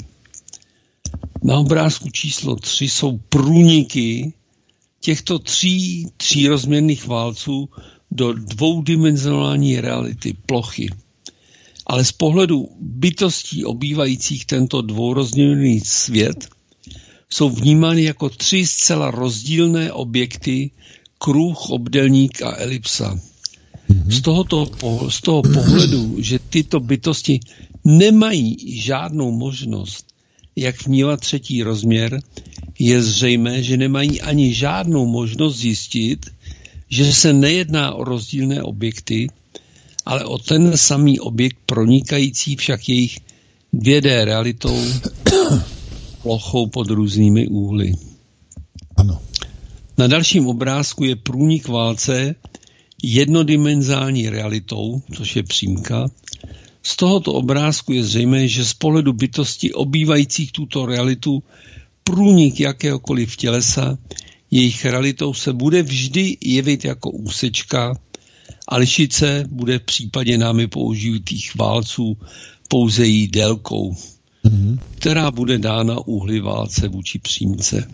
Na obrázku číslo 3 jsou průniky těchto 3 třírozměrných válců do dvoudimenzionální reality, plochy. Ale z pohledu bytostí obývajících tento dvourozměrný svět jsou vnímány jako 3 zcela rozdílné objekty, kruh, obdélník a elipsa. Z toho pohledu, že tyto bytosti nemají žádnou možnost, jak vnímat 3. rozměr, je zřejmé, že nemají ani žádnou možnost zjistit, že se nejedná o rozdílné objekty, ale o ten samý objekt pronikající však jejich 2D realitou plochou pod různými úhly. Ano. Na dalším obrázku je průnik válce jednodimenzální realitou, což je přímka. Z tohoto obrázku je zřejmé, že z pohledu bytosti obývajících tuto realitu průnik jakéhokoliv tělesa jejich realitou se bude vždy jevit jako úsečka a lišit se bude v případě námi použitých válců pouze její délkou, která bude dána úhly válce vůči přímce.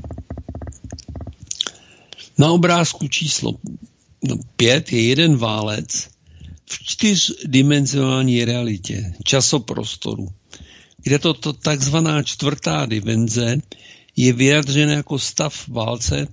Na obrázku číslo 5 je jeden válec v 4dimenzionální realitě, časoprostoru, kde to takzvaná 4. dimenze je vyjadřena jako stav válce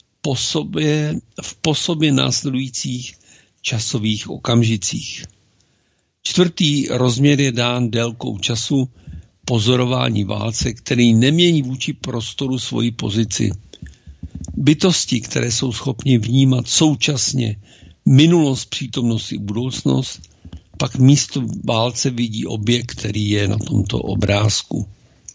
v po sobě následujících časových okamžicích. 4. rozměr je dán délkou času pozorování válce, který nemění vůči prostoru svoji pozici. Bytosti, které jsou schopni vnímat současně minulost, přítomnost i budoucnost, pak místo válce vidí objekt, který je na tomto obrázku.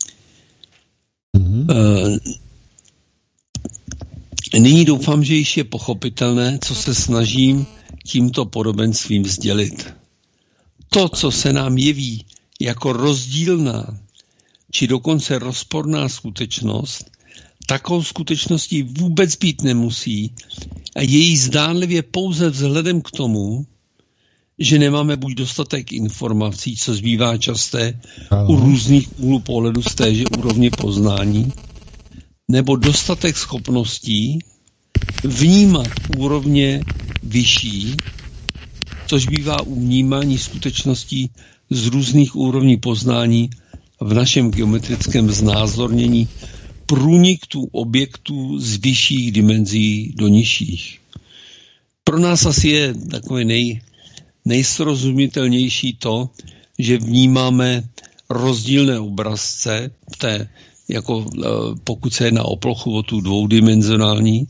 Nyní doufám, že již je pochopitelné, co se snažím tímto podobenstvím sdělit. To, co se nám jeví jako rozdílná či dokonce rozporná skutečnost, takovou skutečností vůbec být nemusí a její zdánlivě pouze vzhledem k tomu, že nemáme buď dostatek informací, co zbývá časté u různých úhlů pohledu z téže úrovně poznání, nebo dostatek schopností vnímat úrovně vyšší, což bývá u vnímání skutečností z různých úrovní poznání v našem geometrickém znázornění průniku objektů z vyšších dimenzí do nižších. Pro nás asi je takový nejsrozumitelnější to, že vnímáme rozdílné obrazce, pokud se jedná o plochu, o tu dvoudimenzionální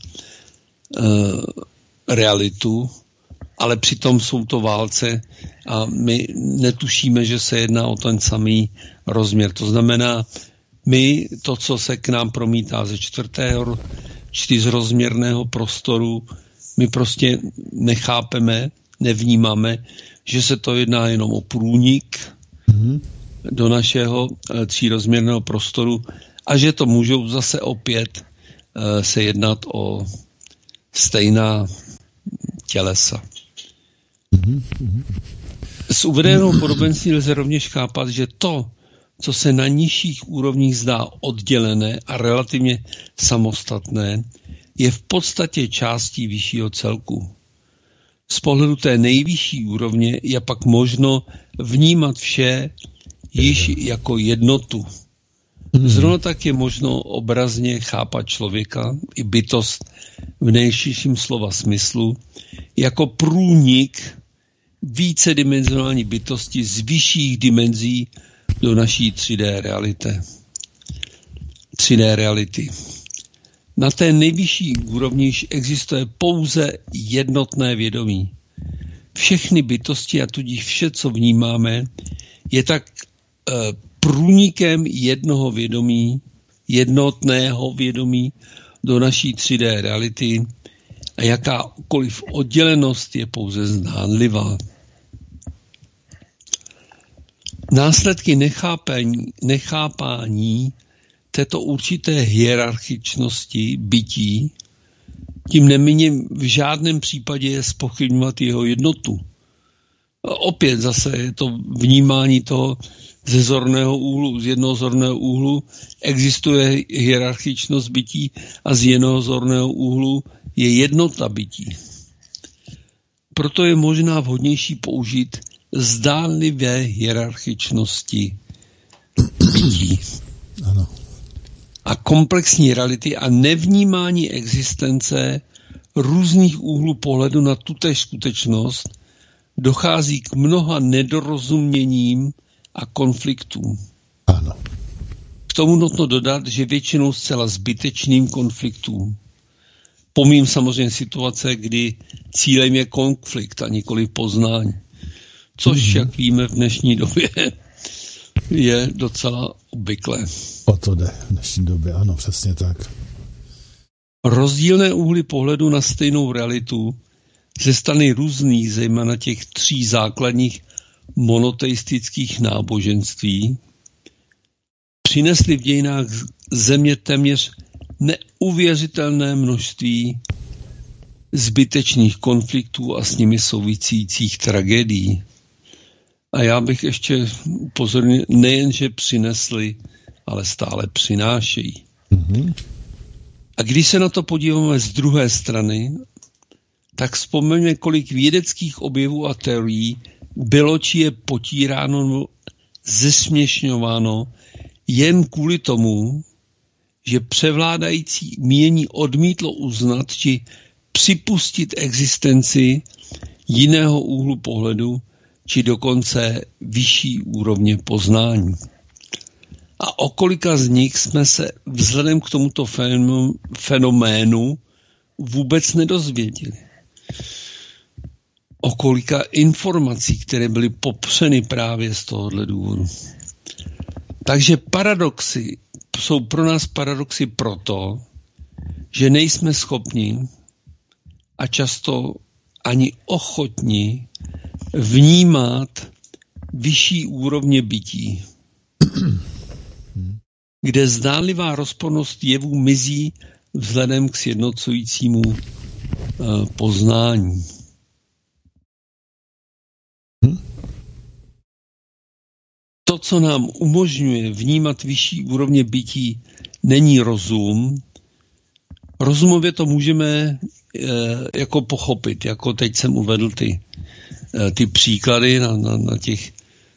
realitu, ale přitom jsou to válce a my netušíme, že se jedná o ten samý rozměr. To znamená, my to, co se k nám promítá ze 4. čtyřrozměrného prostoru, my prostě nechápeme, nevnímáme, že se to jedná jenom o průnik do našeho 3rozměrného prostoru a že to můžou zase opět se jednat o stejná tělesa. Z uvedeného podobenství lze rovněž chápat, že to, co se na nižších úrovních zdá oddělené a relativně samostatné, je v podstatě částí vyššího celku. Z pohledu té nejvyšší úrovně je pak možno vnímat vše již jako jednotu. Zrovna tak je možno obrazně chápat člověka i bytost v nejširším slova smyslu jako průnik vícedimenzionální bytosti z vyšších dimenzí do naší 3D reality. Na té nejvyšší úrovni existuje pouze jednotné vědomí. Všechny bytosti a tudíž vše, co vnímáme, je tak průnikem jednotného vědomí do naší 3D reality a jakákoliv oddělenost je pouze zdánlivá. Následky nechápání této určité hierarchičnosti bytí tím nemíním v žádném případě zpochybňovat jeho jednotu. Opět zase je to vnímání toho ze zorného úhlu. Z jednoho zorného úhlu existuje hierarchičnost bytí a z jiného zorného úhlu je jednota bytí. Proto je možná vhodnější použít zdánlivé hierarchičnosti bytí. Ano. A komplexní reality a nevnímání existence různých úhlů pohledu na tutéž skutečnost dochází k mnoha nedorozuměním a konfliktům. Ano. K tomu nutno dodat, že většinou zcela zbytečným konfliktům. Pomím samozřejmě situace, kdy cílem je konflikt a nikoli poznání. Což, jak víme v dnešní době, je docela obvyklé. O to jde v dnešní době, ano, přesně tak. Rozdílné úhly pohledu na stejnou realitu ze strany různých, zejména těch 3 základních monoteistických náboženství, přinesly v dějinách země téměř neuvěřitelné množství zbytečných konfliktů a s nimi souvisejících tragédií. A já bych ještě upozornil, nejenže přinesli, ale stále přinášejí. Mm-hmm. A když se na to podíváme z druhé strany, tak vzpomeňme, kolik vědeckých objevů a teorií bylo či je potíráno, zesměšňováno jen kvůli tomu, že převládající mínění odmítlo uznat či připustit existenci jiného úhlu pohledu či dokonce vyšší úrovně poznání. A o kolika z nich jsme se vzhledem k tomuto fenoménu vůbec nedozvěděli. O kolika informací, které byly popřeny právě z tohohle důvodu. Takže paradoxy jsou pro nás paradoxy proto, že nejsme schopni a často ani ochotni vnímat vyšší úrovně bytí, kde zdánlivá rozpornost jevů mizí vzhledem k sjednocujícímu poznání. To, co nám umožňuje vnímat vyšší úrovně bytí, není rozum. Rozumově to můžeme jako pochopit, jako teď jsem uvedl ty příklady na těch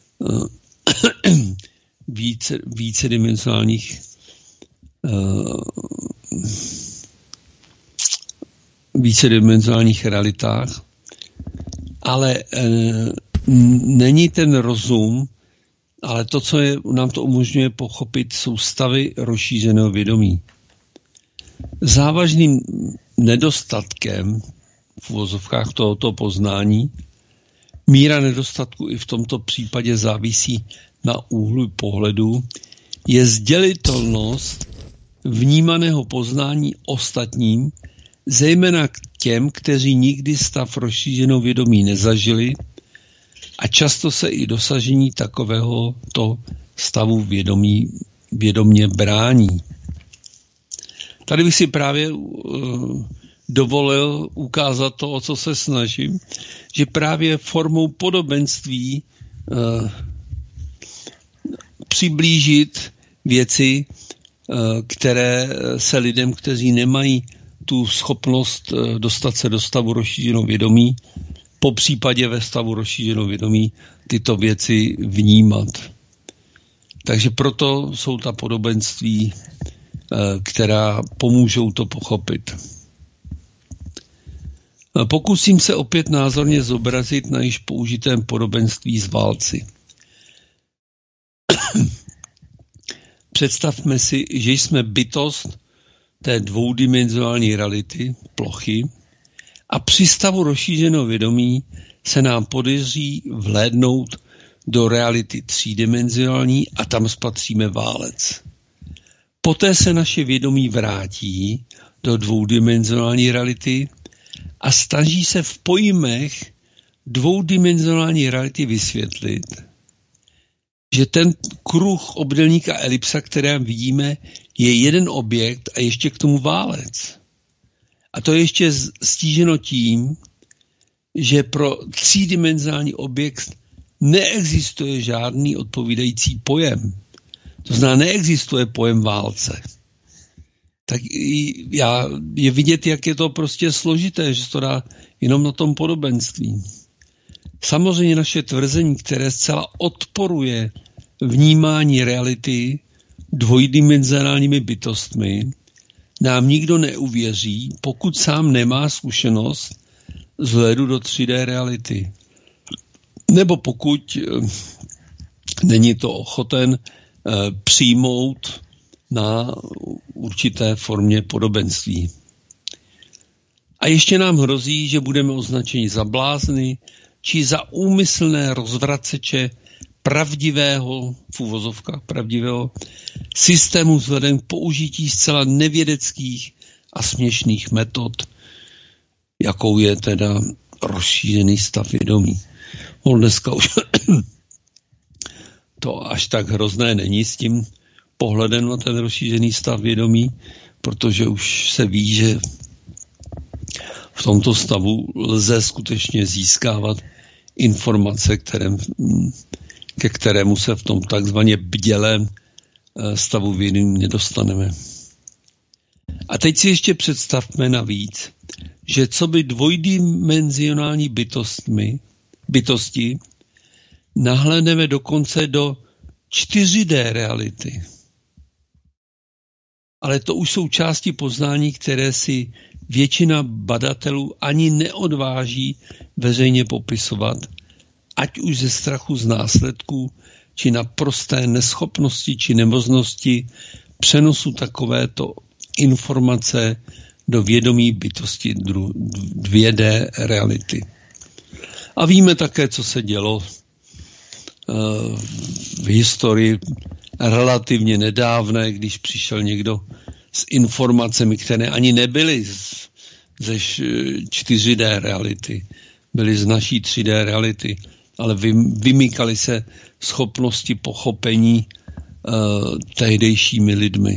vícedimenzionálních realitách, ale není ten rozum, ale to, co nám to umožňuje pochopit, jsou stavy rozšířeného vědomí. Závažným nedostatkem v uvozovkách tohoto poznání, míra nedostatku i v tomto případě závisí na úhlu pohledu, je sdělitelnost vnímaného poznání ostatním, zejména k těm, kteří nikdy stav rozšířeného vědomí nezažili a často se i dosažení takovéhoto stavu vědomě brání. Tady bych si právě dovolil ukázat to, o co se snažím, že právě formou podobenství přiblížit věci, které se lidem, kteří nemají tu schopnost dostat se do stavu rozšířeného vědomí, po případě ve stavu rozšířeného vědomí tyto věci vnímat. Takže proto jsou ta podobenství, která pomůžou to pochopit. Pokusím se opět názorně zobrazit na již použitém podobenství z válci. Představme si, že jsme bytost té dvoudimenzionální reality, plochy, a při stavu rozšířeného vědomí se nám podaří vhlédnout do reality třídimenzionální a tam spatříme válec. Poté se naše vědomí vrátí do dvoudimenzionální reality a snaží se v pojmech dvoudimenzionální reality vysvětlit, že ten kruh, obdélník a elipsa, které vidíme, je jeden objekt a ještě k tomu válec. A to je ještě stíženo tím, že pro třídimenzionální objekt neexistuje žádný odpovídající pojem. To znamená, neexistuje pojem válce. Tak je vidět, jak je to prostě složité, že se to dá jenom na tom podobenství. Samozřejmě naše tvrzení, které zcela odporuje vnímání reality dvojdimenzionálními bytostmi, nám nikdo neuvěří, pokud sám nemá zkušenost z hledu do 3D reality. Nebo pokud není to ochoten přijmout na určité formě podobenství. A ještě nám hrozí, že budeme označeni za blázny či za úmyslné rozvraceče pravdivého, v uvozovkách pravdivého systému vzhledem k použití zcela nevědeckých a směšných metod, jakou je teda rozšířený stav vědomí. Dneska už to až tak hrozné není s tím pohledem na ten rozšířený stav vědomí, protože už se ví, že v tomto stavu lze skutečně získávat informace, ke kterému se v tom takzvaně bdělém stavu vědomí nedostaneme. A teď si ještě představme navíc, že co by dvojdimenzionální bytosti nahlédneme dokonce do 4D reality. Ale to už jsou části poznání, které si většina badatelů ani neodváží veřejně popisovat, ať už ze strachu z následků, či naprosté neschopnosti či nemožnosti přenosu takovéto informace do vědomí bytosti 2D reality. A víme také, co se dělo v historii relativně nedávné, když přišel někdo s informacemi, které ani nebyly ze 4D reality, byly z naší 3D reality, ale vymykaly se schopnosti pochopení tehdejšími lidmi.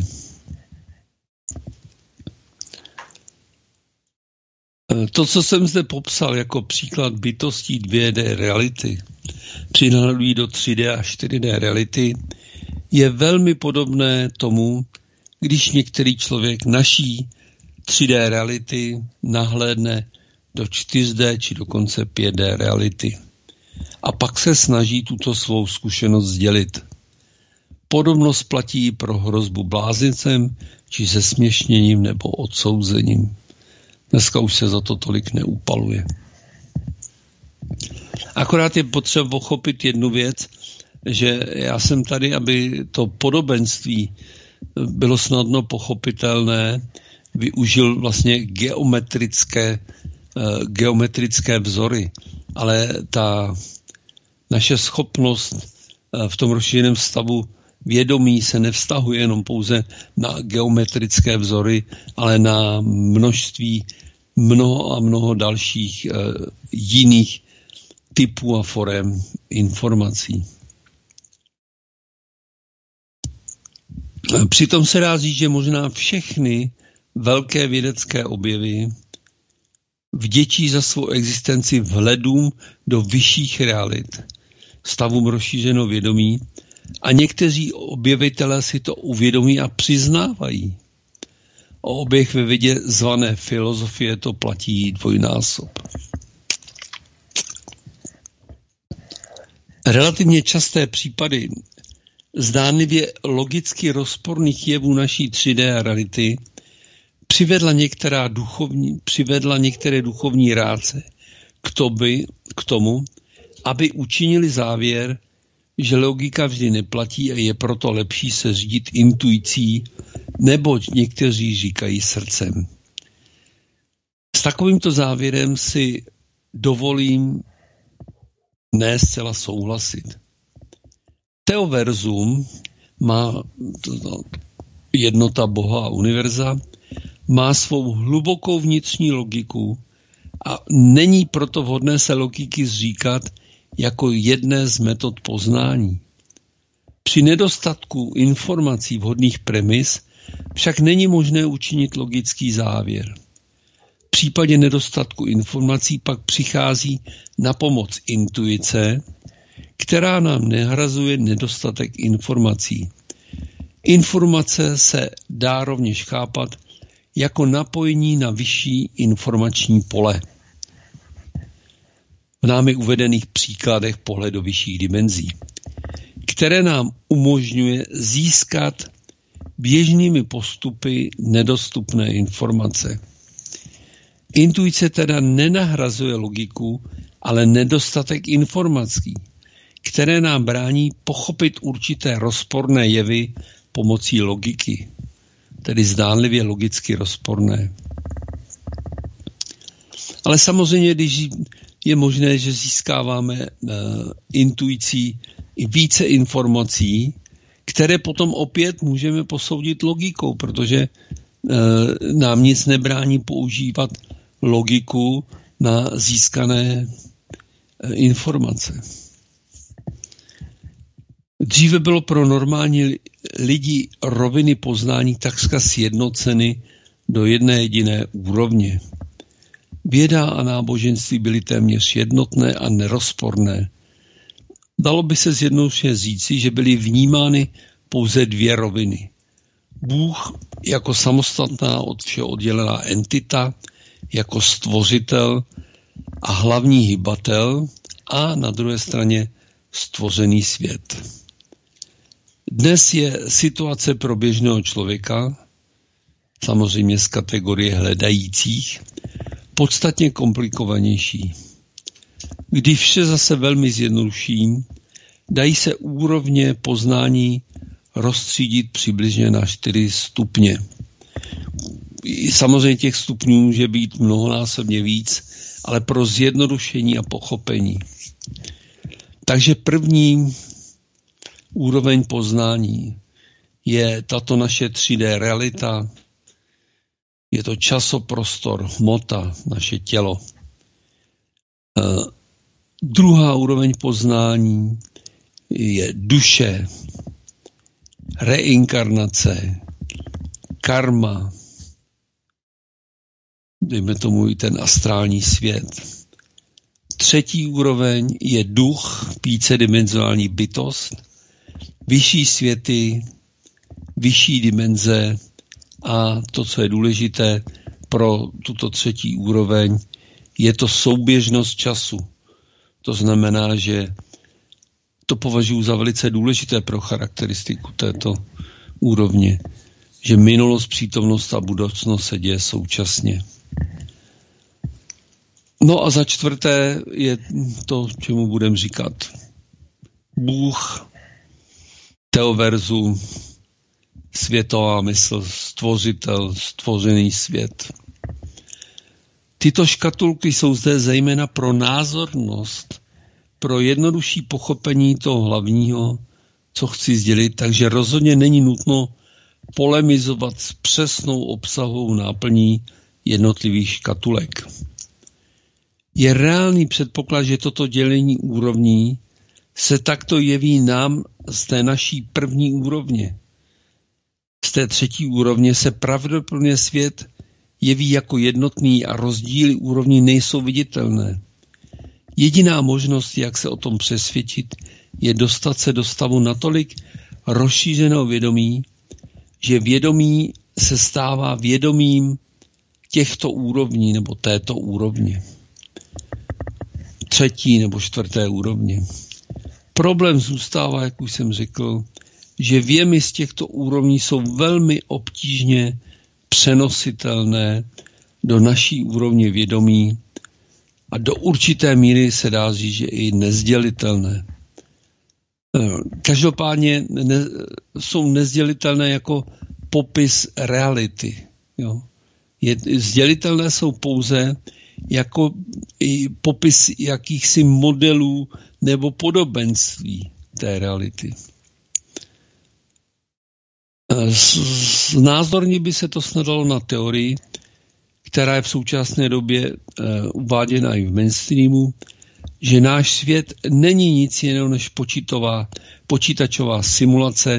To, co jsem zde popsal jako příklad bytostí 2D reality, přihlédnutí do 3D a 4D reality, je velmi podobné tomu, když některý člověk naší 3D reality nahlédne do 4D či dokonce 5D reality. A pak se snaží tuto svou zkušenost sdělit. Podobnost platí pro hrozbu blázincem či zesměšněním nebo odsouzením. Dneska už se za to tolik neupaluje. Akorát je potřeba pochopit jednu věc, že já jsem tady, aby to podobenství bylo snadno pochopitelné, využil vlastně geometrické vzory, ale ta naše schopnost v tom rozšířeném stavu vědomí se nevztahuje jenom pouze na geometrické vzory, ale na množství mnoho dalších jiných typů a forem informací. Přitom se dá říct, že možná všechny velké vědecké objevy vděčí za svou existenci vhledům do vyšších realit, stavům rozšířeného vědomí, a někteří objevitelé si to uvědomí a přiznávají. O oběh ve vědě zvané filozofie to platí dvojnásob. Relativně časté případy zdánlivě logicky rozporných jevů naší 3D reality přivedla některé duchovní rádce k tomu, aby učinili závěr, že logika vždy neplatí a je proto lepší se řídit intuicí, neboť někteří říkají srdcem. S takovýmto závěrem si dovolím ne zcela souhlasit. Teoverzum má jednota Boha a univerza, má svou hlubokou vnitřní logiku a není proto vhodné se logiky zříkat jako jedné z metod poznání. Při nedostatku informací vhodných premis však není možné učinit logický závěr. V případě nedostatku informací pak přichází na pomoc intuice, která nám nahrazuje nedostatek informací. Informace se dá rovněž chápat jako napojení na vyšší informační pole. V námi uvedených příkladech pohled do vyšších dimenzí, které nám umožňuje získat běžnými postupy nedostupné informace. Intuice teda nenahrazuje logiku, ale nedostatek informací, které nám brání pochopit určité rozporné jevy pomocí logiky, tedy zdánlivě logicky rozporné. Ale samozřejmě, když je možné, že získáváme intuicí i více informací, které potom opět můžeme posoudit logikou, protože nám nic nebrání používat logiku na získané informace. Dříve bylo pro normální lidi roviny poznání takřka sjednoceny do jedné jediné úrovně. Věda a náboženství byly téměř jednotné a nerozporné. Dalo by se zjednodušeně říci, že byly vnímány pouze dvě roviny. Bůh jako samostatná od všeho oddělená entita, jako stvořitel a hlavní hybatel a na druhé straně stvořený svět. Dnes je situace pro běžného člověka, samozřejmě z kategorie hledajících, podstatně komplikovanější. Když vše zase velmi zjednoduším, dají se úrovně poznání rozstřídit přibližně na 4 stupně. Samozřejmě těch stupňů může být mnohonásobně víc, ale pro zjednodušení a pochopení. Takže první úroveň poznání je tato naše 3D realita, je to časoprostor, hmota, naše tělo. Druhá úroveň poznání je duše, reinkarnace, karma, dejme tomu i ten astrální svět. Třetí úroveň je duch, vícedimenzionální bytost, vyšší světy, vyšší dimenze a to, co je důležité pro tuto třetí úroveň, je to souběžnost času. To znamená, že to považuji za velice důležité pro charakteristiku této úrovně, že minulost, přítomnost a budoucnost se děje současně. No a za čtvrté je to, čemu budeme říkat Bůh, teoverzu, světová mysl, stvořitel, stvořený svět. Tyto škatulky jsou zde zejména pro názornost, pro jednodušší pochopení toho hlavního, co chci sdělit, takže rozhodně není nutno polemizovat s přesnou obsahovou náplní jednotlivých škatulek. Je reálný předpoklad, že toto dělení úrovní se takto jeví nám z té naší první úrovně. Z té třetí úrovně se pravděpodobně svět jeví jako jednotný a rozdíly úrovní nejsou viditelné. Jediná možnost, jak se o tom přesvědčit, je dostat se do stavu natolik rozšířeného vědomí, že vědomí se stává vědomím těchto úrovní nebo této úrovně. Třetí nebo čtvrté úrovně. Problém zůstává, jak už jsem řekl, že věmy z těchto úrovní jsou velmi obtížně přenositelné do naší úrovně vědomí a do určité míry se dá říct, že i nezdělitelné. Každopádně jsou nezdělitelné jako popis reality. Jo. Sdělitelné jsou pouze jako i popis jakýchsi modelů nebo podobenství té reality. Znázorně by se to snadalo na teorii, která je v současné době uváděna i v mainstreamu, že náš svět není nic jiného než počítačová simulace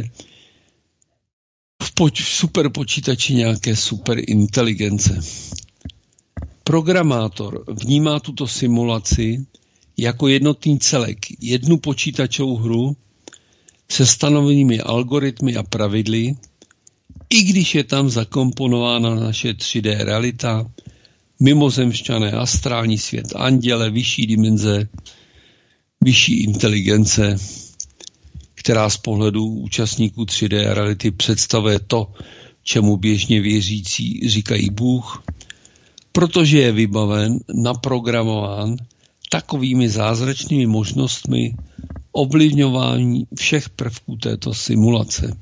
v superpočítači nějaké superinteligence. Programátor vnímá tuto simulaci jako jednotný celek, jednu počítačovou hru se stanovenými algoritmy a pravidly, i když je tam zakomponována naše 3D realita, mimozemšťané, astrální svět, anděle, vyšší dimenze, vyšší inteligence, která z pohledu účastníků 3D reality představuje to, čemu běžně věřící říkají Bůh, protože je vybaven, naprogramován takovými zázračnými možnostmi ovlivňování všech prvků této simulace.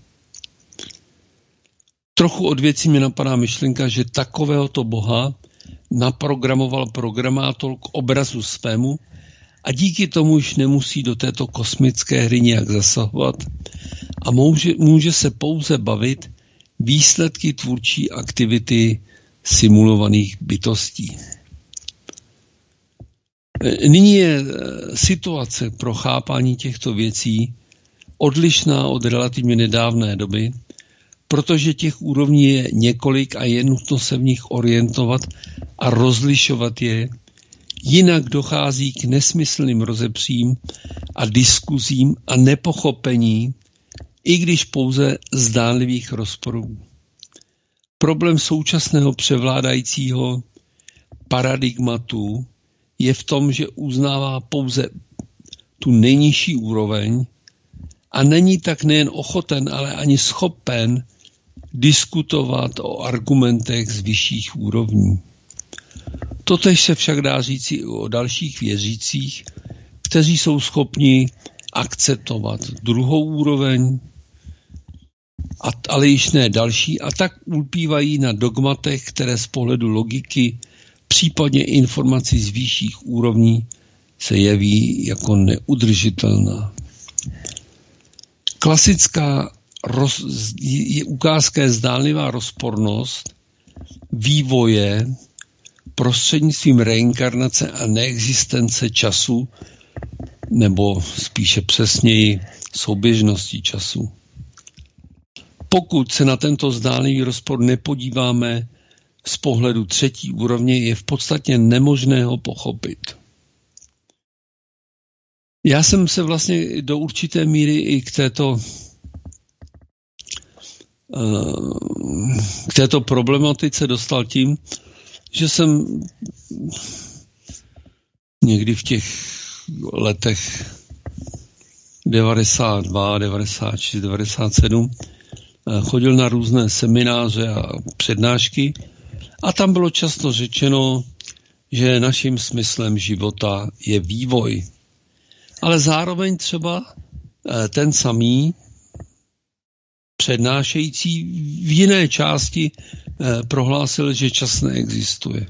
Trochu od věcí mi napadá myšlenka, že takovéhoto Boha naprogramoval programátor k obrazu svému a díky tomu už nemusí do této kosmické hry nějak zasahovat a může se pouze bavit výsledky tvůrčí aktivity simulovaných bytostí. Nyní je situace pro chápání těchto věcí odlišná od relativně nedávné doby, protože těch úrovní je několik a je nutno se v nich orientovat a rozlišovat je, jinak dochází k nesmyslným rozepřím a diskuzím a nepochopení, i když pouze zdánlivých rozporů. Problém současného převládajícího paradigmatu je v tom, že uznává pouze tu nejnižší úroveň a není tak nejen ochoten, ale ani schopen diskutovat o argumentech z vyšších úrovní. Totéž se však dá říci i o dalších věřících, kteří jsou schopni akceptovat druhou úroveň, ale již ne další, a tak ulpívají na dogmatech, které z pohledu logiky, případně informací z vyšších úrovní, se jeví jako neudržitelná. Klasická ukázka je zdánlivá rozpornost vývoje prostřednictvím reinkarnace a neexistence času, nebo spíše přesněji souběžnosti času. Pokud se na tento zdánlivý rozpor nepodíváme z pohledu třetí úrovně, je v podstatě nemožné ho pochopit. Já jsem se vlastně do určité míry i k této problematice dostal tím, že jsem někdy v těch letech 92, 96, 97 chodil na různé semináře a přednášky a tam bylo často řečeno, že naším smyslem života je vývoj. Ale zároveň třeba ten samý přednášející v jiné části prohlásil, že čas neexistuje.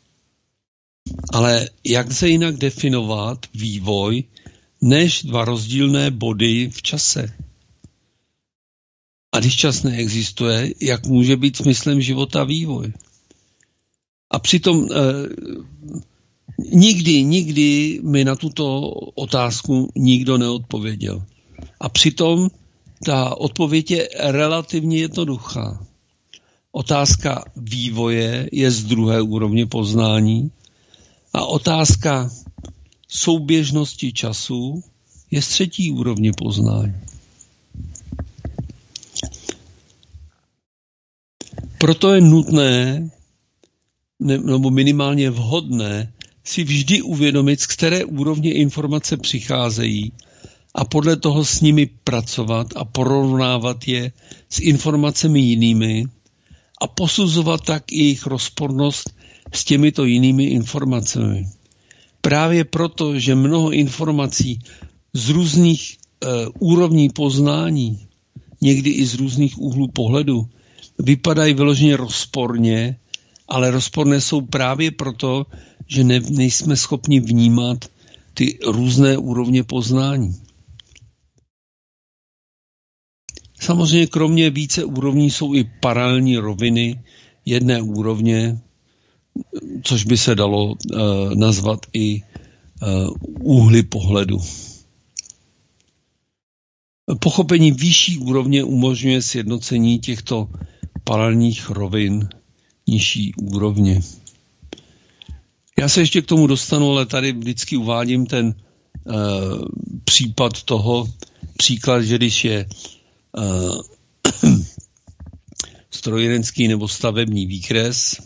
Ale jak se jinak definovat vývoj, než dva rozdílné body v čase? A když čas neexistuje, jak může být smyslem života vývoj? A přitom nikdy mi na tuto otázku nikdo neodpověděl. A přitom ta odpověď je relativně jednoduchá. Otázka vývoje je z druhé úrovně poznání a otázka souběžnosti času je z třetí úrovně poznání. Proto je nutné, nebo minimálně vhodné, si vždy uvědomit, z které úrovně informace přicházejí a podle toho s nimi pracovat a porovnávat je s informacemi jinými a posuzovat tak i jejich rozpornost s těmito jinými informacemi. Právě proto, že mnoho informací z různých úrovní poznání, někdy i z různých úhlů pohledu, vypadají vyloženě rozporně, ale rozporné jsou právě proto, že nejsme schopni vnímat ty různé úrovně poznání. Samozřejmě kromě více úrovní jsou i paralelní roviny jedné úrovně, což by se dalo nazvat i úhly pohledu. Pochopení vyšší úrovně umožňuje sjednocení těchto paralelních rovin nižší úrovně. Já se ještě k tomu dostanu, ale tady vždycky uvádím ten příklad, že když je strojírenský nebo stavební výkres,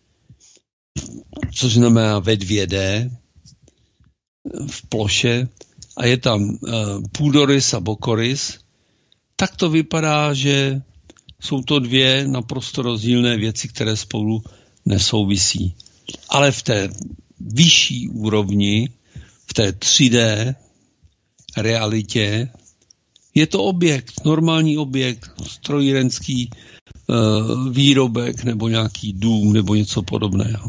což znamená ve 2D v ploše, a je tam půdorys a bokorys, tak to vypadá, že jsou to dvě naprosto rozdílné věci, které spolu nesouvisí. Ale v té vyšší úrovni, v té 3D realitě, je to objekt, normální objekt, strojírenský výrobek nebo nějaký dům nebo něco podobného.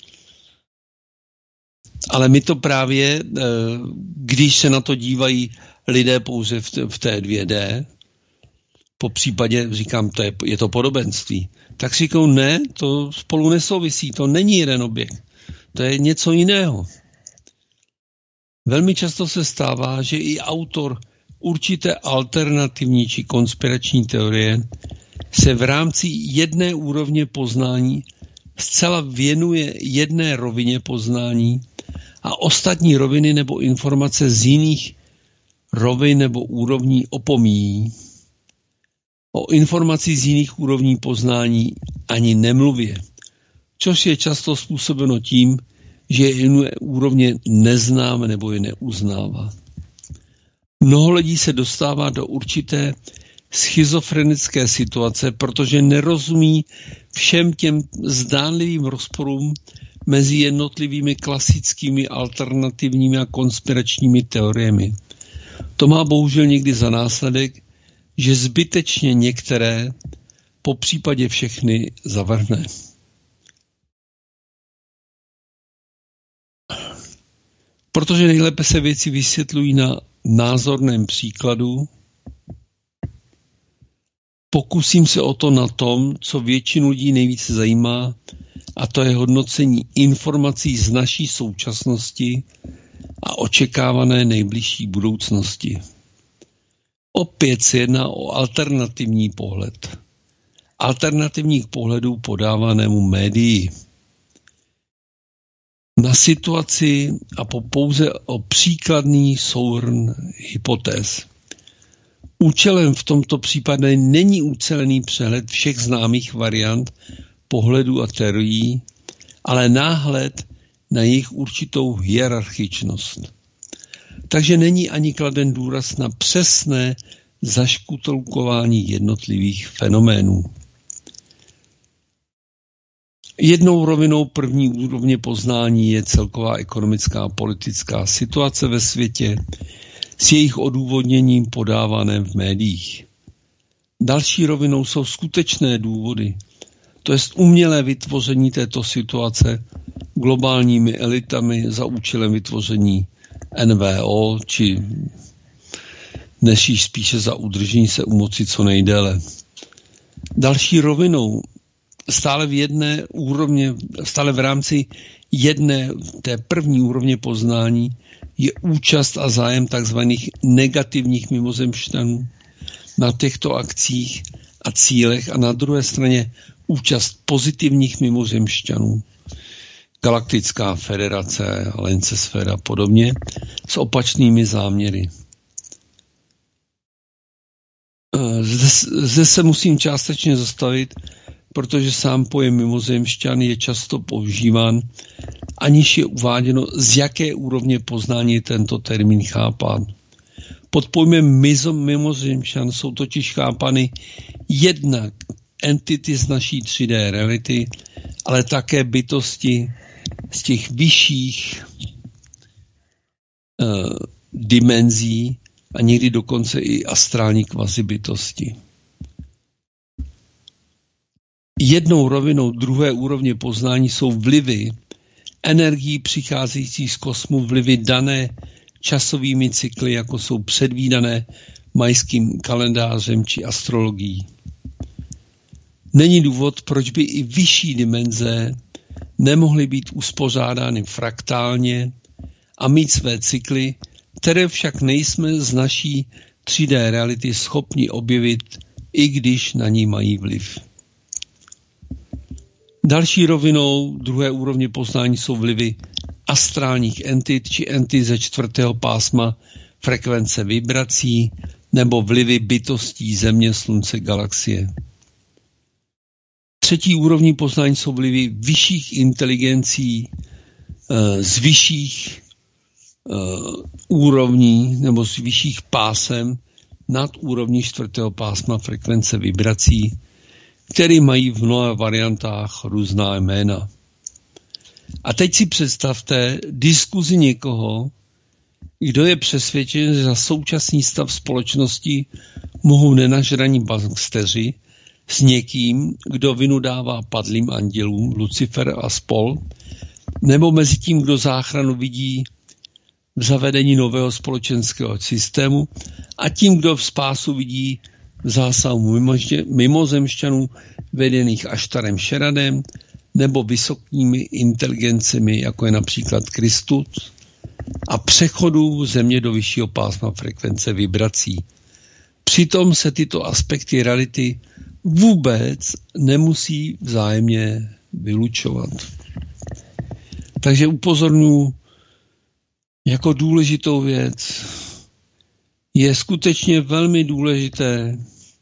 Ale my to právě, když se na to dívají lidé pouze v té 2D, po případě říkám, je to podobenství, tak si říkají, ne, to spolu nesouvisí, to není jeden objekt, to je něco jiného. Velmi často se stává, že i autor určité alternativní či konspirační teorie se v rámci jedné úrovně poznání zcela věnuje jedné rovině poznání a ostatní roviny nebo informace z jiných rovin nebo úrovní opomíjí. O informaci z jiných úrovní poznání ani nemluvě, což je často způsobeno tím, že jiné úrovně neznáme nebo je neuznává. Mnoho lidí se dostává do určité schizofrenické situace, protože nerozumí všem těm zdánlivým rozporům mezi jednotlivými klasickými, alternativními a konspiračními teoriemi. To má bohužel někdy za následek, že zbytečně některé, po případě všechny, zavrhne. Protože nejlépe se věci vysvětlují na názorném příkladu, pokusím se o to na tom, co většinu lidí nejvíce zajímá, a to je hodnocení informací z naší současnosti a očekávané nejbližší budoucnosti. Opět se jedná o alternativní pohled. Alternativní k pohledu podávanému médii. Na situaci a pouze o příkladný souhrn hypotéz. Účelem v tomto případě není ucelený přehled všech známých variant pohledu a teorií, ale náhled na jejich určitou hierarchičnost. Takže není ani kladen důraz na přesné zaškutulkování jednotlivých fenoménů. Jednou rovinou první úrovně poznání je celková ekonomická a politická situace ve světě s jejich odůvodněním podávaném v médiích. Další rovinou jsou skutečné důvody, to jest umělé vytvoření této situace globálními elitami za účelem vytvoření NVO, či dnes již spíše za udržení se u moci co nejdéle. Další rovinou stále v rámci jedné té první úrovně poznání je účast a zájem tzv. Negativních mimozemšťanů na těchto akcích a cílech a na druhé straně účast pozitivních mimozemšťanů, Galaktická federace, Lencesféra a podobně, s opačnými záměry. Zde se musím částečně zastavit, protože sám pojem mimozemšťan je často používán, aniž je uváděno, z jaké úrovně poznání je tento termín chápán. Pod pojmem mimozemšťan jsou totiž chápany jednak entity z naší 3D reality, ale také bytosti z těch vyšších dimenzí a někdy dokonce i astrální kvazibytosti. Jednou rovinou druhé úrovně poznání jsou vlivy energií přicházející z kosmu, vlivy dané časovými cykly, jako jsou předvídané majským kalendářem či astrologií. Není důvod, proč by i vyšší dimenze nemohly být uspořádány fraktálně a mít své cykly, které však nejsme z naší 3D reality schopni objevit, i když na ní mají vliv. Další rovinou druhé úrovně poznání jsou vlivy astrálních entit či entit ze 4. pásma frekvence vibrací nebo vlivy bytostí Země, Slunce, galaxie. Třetí úrovní poznání jsou vlivy vyšších inteligencí z vyšších úrovní nebo z vyšších pásem nad úrovní 4. pásma frekvence vibrací, které mají v mnoha variantách různá jména. A teď si představte diskuzi někoho, kdo je přesvědčen, že za současný stav společnosti mohou nenažraní banksteři s někým, kdo vinu dává padlým andělům, Lucifer a spol, nebo mezi tím, kdo záchranu vidí v zavedení nového společenského systému a tím, kdo v spásu vidí v zásahu mimozemšťanů vedených Aštarem Šeradem nebo vysokými inteligencemi, jako je například Kristus, a přechodu Země do vyššího pásma frekvence vibrací. Přitom se tyto aspekty reality vůbec nemusí vzájemně vylučovat. Takže upozorňuji, jako důležitou věc je skutečně velmi důležité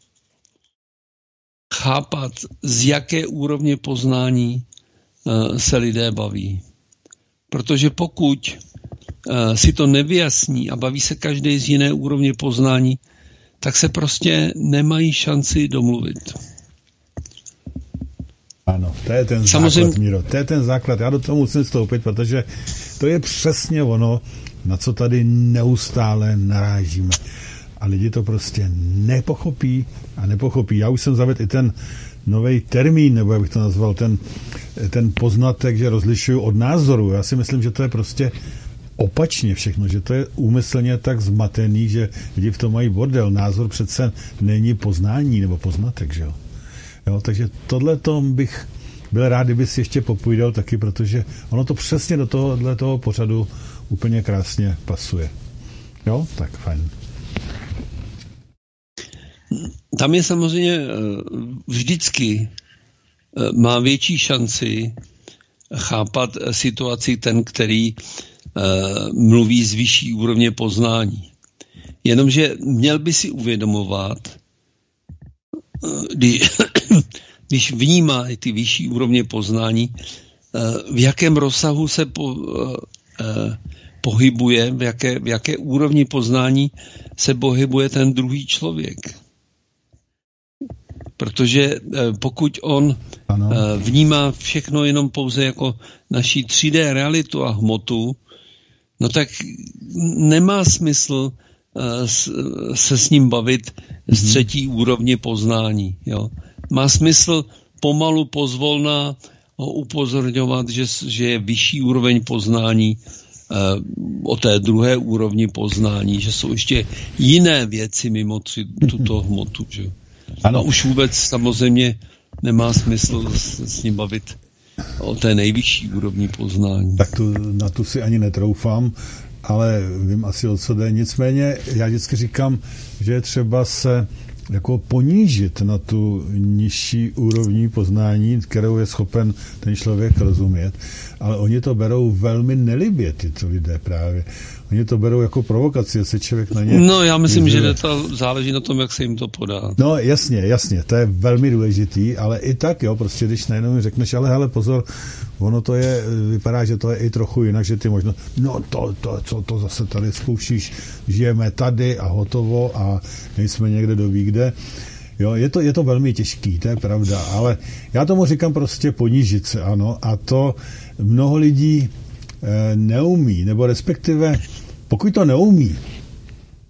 chápat, z jaké úrovně poznání se lidé baví. Protože pokud si to nevyjasní a baví se každý z jiné úrovně poznání, tak se prostě nemají šanci domluvit. Ano, to je ten základ, Míro. To je ten základ. Já do toho musím vstoupit, protože to je přesně ono, na co tady neustále narážíme. A lidi to prostě nepochopí a nepochopí. Já už jsem zavedl i ten nový termín, nebo jak bych to nazval, ten poznatek, že rozlišuju od názoru. Já si myslím, že to je prostě opačně všechno, že to je úmyslně tak zmatený, že lidi v tom mají bordel. Názor přece není poznání nebo poznatek, že jo? Jo, takže tohleto bych byl rád, kdyby si ještě popůjdal taky, protože ono to přesně do toho pořadu úplně krásně pasuje. Jo, tak fajn. Tam je samozřejmě vždycky má větší šanci chápat situaci ten, který mluví z vyšší úrovně poznání. Jenomže měl by si uvědomovat, když vnímá ty vyšší úrovně poznání, v jakém rozsahu se pohybuje, v jaké úrovni poznání se pohybuje ten druhý člověk. Protože pokud on vnímá všechno jenom pouze jako naší 3D realitu a hmotu, no tak nemá smysl se s ním bavit z třetí úrovně poznání. Jo. Má smysl pomalu, pozvolna ho upozorňovat, že je vyšší úroveň poznání o té druhé úrovni poznání, že jsou ještě jiné věci mimo tuto hmotu. Že? A už vůbec samozřejmě nemá smysl s ním bavit o té nejvyšší úrovni poznání. Tak na tu si ani netroufám, ale vím asi, o co jde. Nicméně já vždycky říkám, že je třeba se jako ponížit na tu nižší úrovní poznání, kterou je schopen ten člověk rozumět. Ale oni to berou velmi nelibě, tyto lidé právě. Oni to berou jako provokaci, jestli člověk na ně... No, já myslím, že to záleží na tom, jak se jim to podá. No, jasně, to je velmi důležitý, ale i tak, jo, prostě když najednou řekneš, ale hele, pozor, ono to je, vypadá, že to je i trochu jinak, že ty možno, no co to zase tady zkoušíš, žijeme tady a hotovo a nejsme někde do ví kde. Jo, je to velmi těžký, to je pravda, ale já tomu říkám prostě ponížit se, ano, a to mnoho lidí neumí, nebo respektive, pokud to neumí,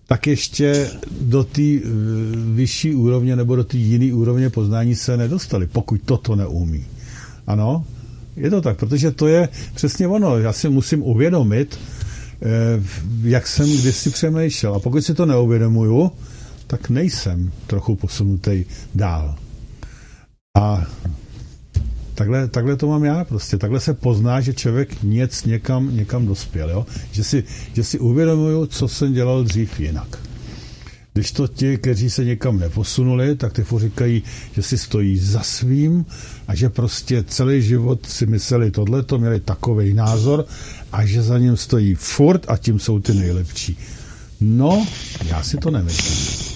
tak ještě do té vyšší úrovně nebo do té jiné úrovně poznání se nedostali, pokud toto neumí. Ano, je to tak, protože to je přesně ono. Já si musím uvědomit, jak jsem kdysi přemýšlel. A pokud si to neuvědomuju, tak nejsem trochu posunutý dál. A takhle to mám já prostě. Takhle se pozná, že člověk někam dospěl. Jo? Že si uvědomuju, co jsem dělal dřív jinak. Když to ti, kteří se někam neposunuli, tak ty furt říkají, že si stojí za svým a že prostě celý život si mysleli tohleto, měli takovej názor a že za ním stojí furt a tím jsou ty nejlepší. No, já si to nemyslím.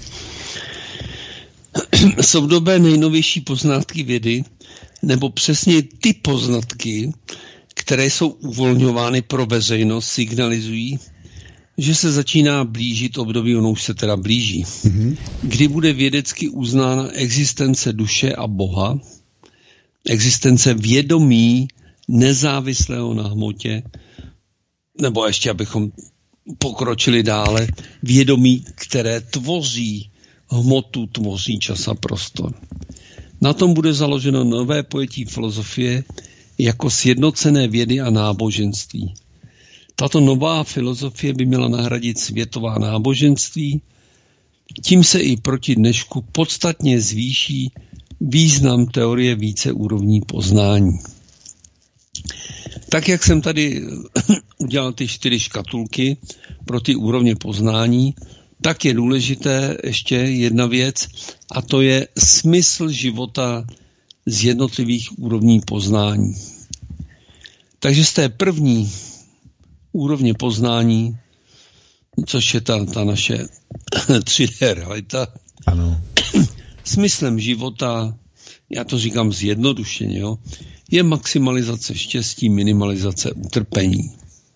Jsou době nejnovější poznatky vědy, nebo přesně ty poznatky, které jsou uvolňovány pro veřejnost, signalizují, že se začíná blížit období, ono už se teda blíží, kdy bude vědecky uznána existence duše a Boha, existence vědomí nezávislého na hmotě, nebo ještě, abychom pokročili dále, vědomí, které tvoří hmotu, tvoří čas a prostor. Na tom bude založeno nové pojetí filozofie jako sjednocené vědy a náboženství. Tato nová filozofie by měla nahradit světová náboženství, tím se i proti dnešku podstatně zvýší význam teorie víceúrovní poznání. Tak, jak jsem tady udělal ty 4 škatulky pro ty úrovně poznání, tak je důležité ještě jedna věc, a to je smysl života z jednotlivých úrovní poznání. Takže z té první úrovně poznání, což je ta naše 3D realita, ano. Smyslem života, já to říkám zjednodušeně, jo, je maximalizace štěstí, minimalizace utrpení.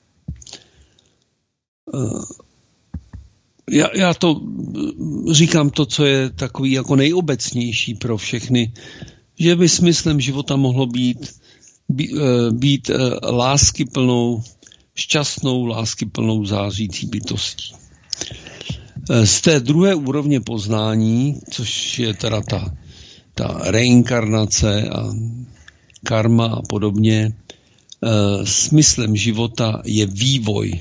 Já to říkám to, co je takový jako nejobecnější pro všechny, že by smyslem života mohlo být láskyplnou, šťastnou, láskyplnou, zářící bytostí. Z té druhé úrovně poznání, což je teda ta reinkarnace a karma a podobně, smyslem života je vývoj.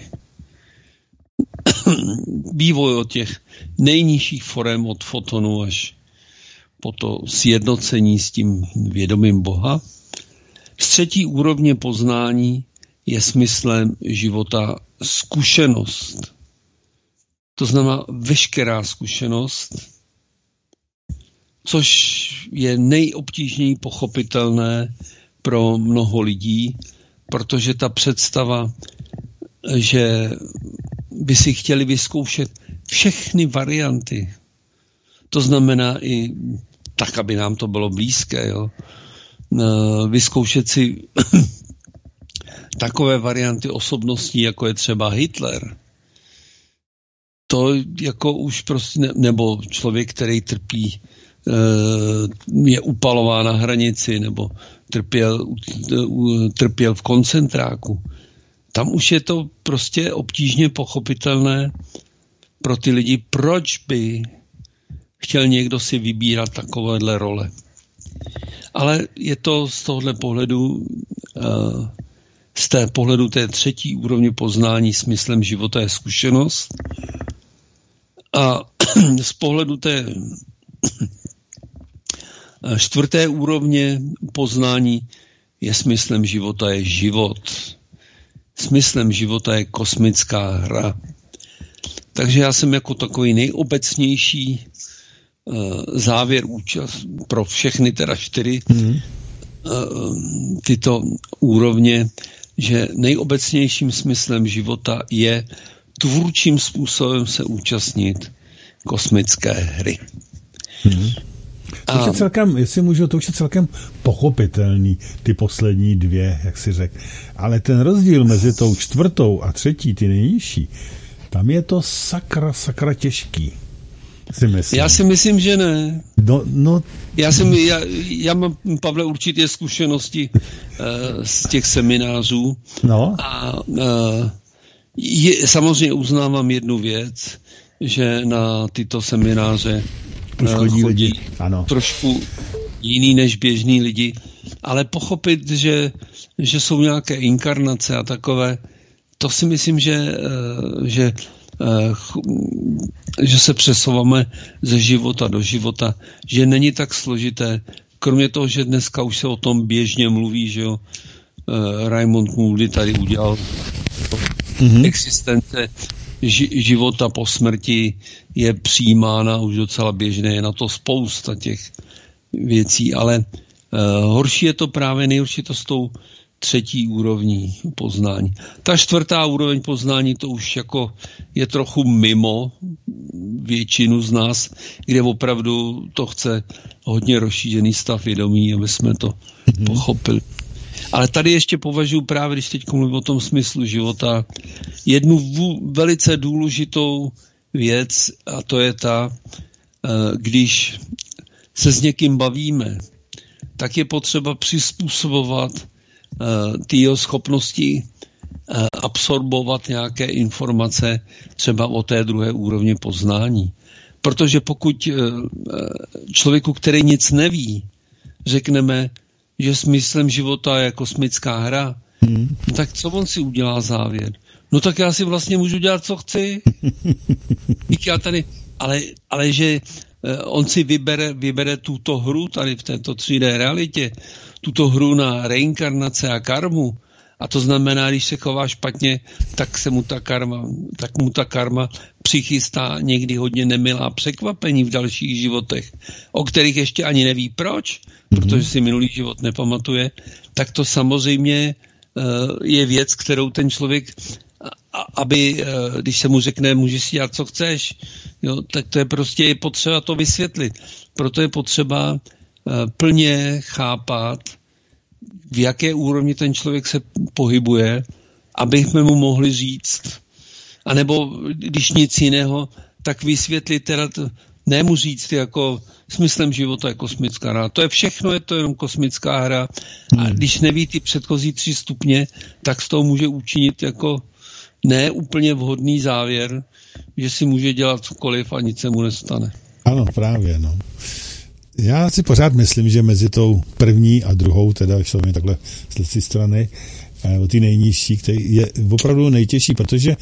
Vývoj od těch nejnižších forem, od fotonu až po to sjednocení s tím vědomím Boha. Z třetí úrovně poznání je smyslem života zkušenost. To znamená veškerá zkušenost, což je nejobtížněji pochopitelné pro mnoho lidí, protože ta představa, že by si chtěli vyzkoušet všechny varianty, to znamená i tak, aby nám to bylo blízké, jo? Vyzkoušet si takové varianty osobností, jako je třeba Hitler. To jako už prostě, nebo člověk, který trpí, je upalován na hranici, nebo trpěl v koncentráku. Tam už je to prostě obtížně pochopitelné pro ty lidi, proč by chtěl někdo si vybírat takovéhle role. Ale je to z tohohle pohledu, z té pohledu té třetí úrovně poznání smyslem života je zkušenost a z pohledu té čtvrté úrovně poznání je smyslem života je život. Smyslem života je kosmická hra. Takže já jsem jako takový nejobecnější závěr pro všechny teda 4 tyto úrovně, že nejobecnějším smyslem života je tvůrčím způsobem se účastnit kosmické hry. To už je celkem, jestli můžu, to už je celkem pochopitelný, ty poslední 2, jak si řekl. Ale ten rozdíl mezi tou 4. a 3., ty nejnižší, tam je to sakra těžký. Já si myslím, že ne. No. Já mám, Pavle, určitě zkušenosti z těch seminářů. No. A Samozřejmě uznávám jednu věc, že na tyto semináře chodí lidi, ano. Trošku jiný než běžní lidi, ale pochopit, že jsou nějaké inkarnace a takové, to si myslím, že se přesouváme ze života do života, že není tak složité. Kromě toho, že dneska už se o tom běžně mluví, že jo, Raymond Moody tady udělal existence života po smrti je přijímána už docela běžné, je na to spousta těch věcí, ale horší je to právě nejhorší to s tou třetí úrovní poznání. Ta čtvrtá úroveň poznání to už jako je trochu mimo většinu z nás, kde opravdu to chce hodně rozšířený stav vědomí, aby jsme to pochopili. Ale tady ještě považuji právě, když teď mluvím o tom smyslu života, jednu velice důležitou věc, a to je ta, když se s někým bavíme, tak je potřeba přizpůsobovat ty jeho schopnosti absorbovat nějaké informace třeba o té druhé úrovni poznání. Protože pokud člověku, který nic neví, řekneme, že smyslem života je kosmická hra, tak co on si udělá závěr? No tak já si vlastně můžu dělat, co chci. Já tady, ale že on si vybere tuto hru tady v této 3D realitě, tuto hru na reinkarnace a karmu, a to znamená, když se chová špatně, tak mu ta karma přichystá někdy hodně nemilá překvapení v dalších životech, o kterých ještě ani neví proč, protože si minulý život nepamatuje, tak to samozřejmě je věc, kterou ten člověk, aby, když se mu řekne, můžeš si dělat, co chceš, jo, tak to je prostě potřeba to vysvětlit. Proto je potřeba plně chápat, v jaké úrovni ten člověk se pohybuje, abychom mu mohli říct, anebo když nic jiného, tak vysvětlit teda ne mu říct jako smyslem života je kosmická hra. To je všechno, je to jenom kosmická hra. A když neví ty předchozí 3 stupně, tak z toho může učinit jako ne úplně vhodný závěr, že si může dělat cokoliv a nic se mu nestane. Ano, právě, no. Já si pořád myslím, že mezi tou první a druhou, teda když to mi takhle z té strany, o ty nejnižší, který je opravdu nejtěžší, protože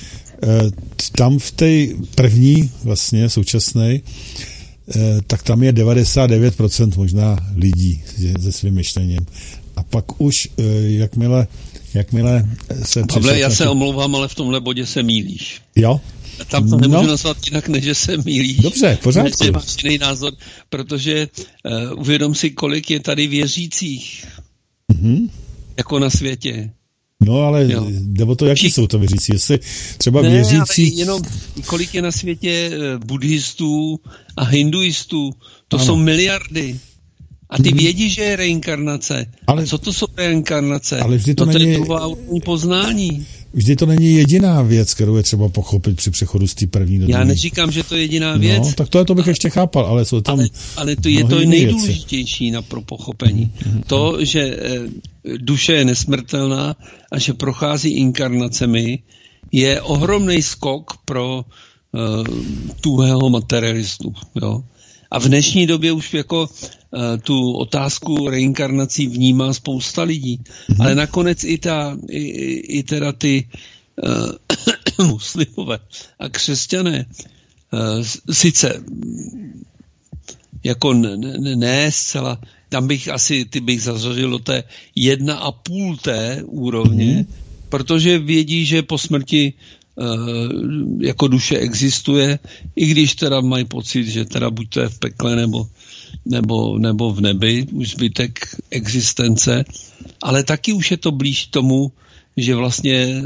tam v té první vlastně současné, tak tam je 99% možná lidí se svým myšlením. A pak už, jakmile se... Pavle, já se omlouvám, ale v tomhle bodě se mýlíš. Jo? Tam to nemůžu nazvat jinak, než že se mýlíš. Dobře, pořádku. Máš jiný názor, protože uvědom si, kolik je tady věřících, jako na světě. No, ale nebo to, jaký jsou to věřící? Jestli třeba věřící... Ale jenom kolik je na světě buddhistů a hinduistů, to jsou miliardy. A ty vědí, že je reinkarnace. Ale, a co to jsou reinkarnace? Ale vždy to není... je druhá úrovní poznání. Vždy to není jediná věc, kterou je třeba pochopit při přechodu z té první do druhé. Já neříkám, že to je jediná věc. No, tak to bych ještě chápal, ale jsou tam ale to je to nejdůležitější pro pochopení. To, že duše je nesmrtelná a že prochází inkarnacemi, je ohromný skok pro tuhého materialistu. Jo? A v dnešní době už jako tu otázku reinkarnací vnímá spousta lidí. Ale nakonec i teda ty muslimové a křesťané sice jako ne zcela, tam bych asi bych zařadil do té 1,5 té úrovně, protože vědí, že po smrti jako duše existuje, i když teda mají pocit, že teda buď to je v pekle nebo v nebi, už zbytek existence, ale taky už je to blíž tomu, že vlastně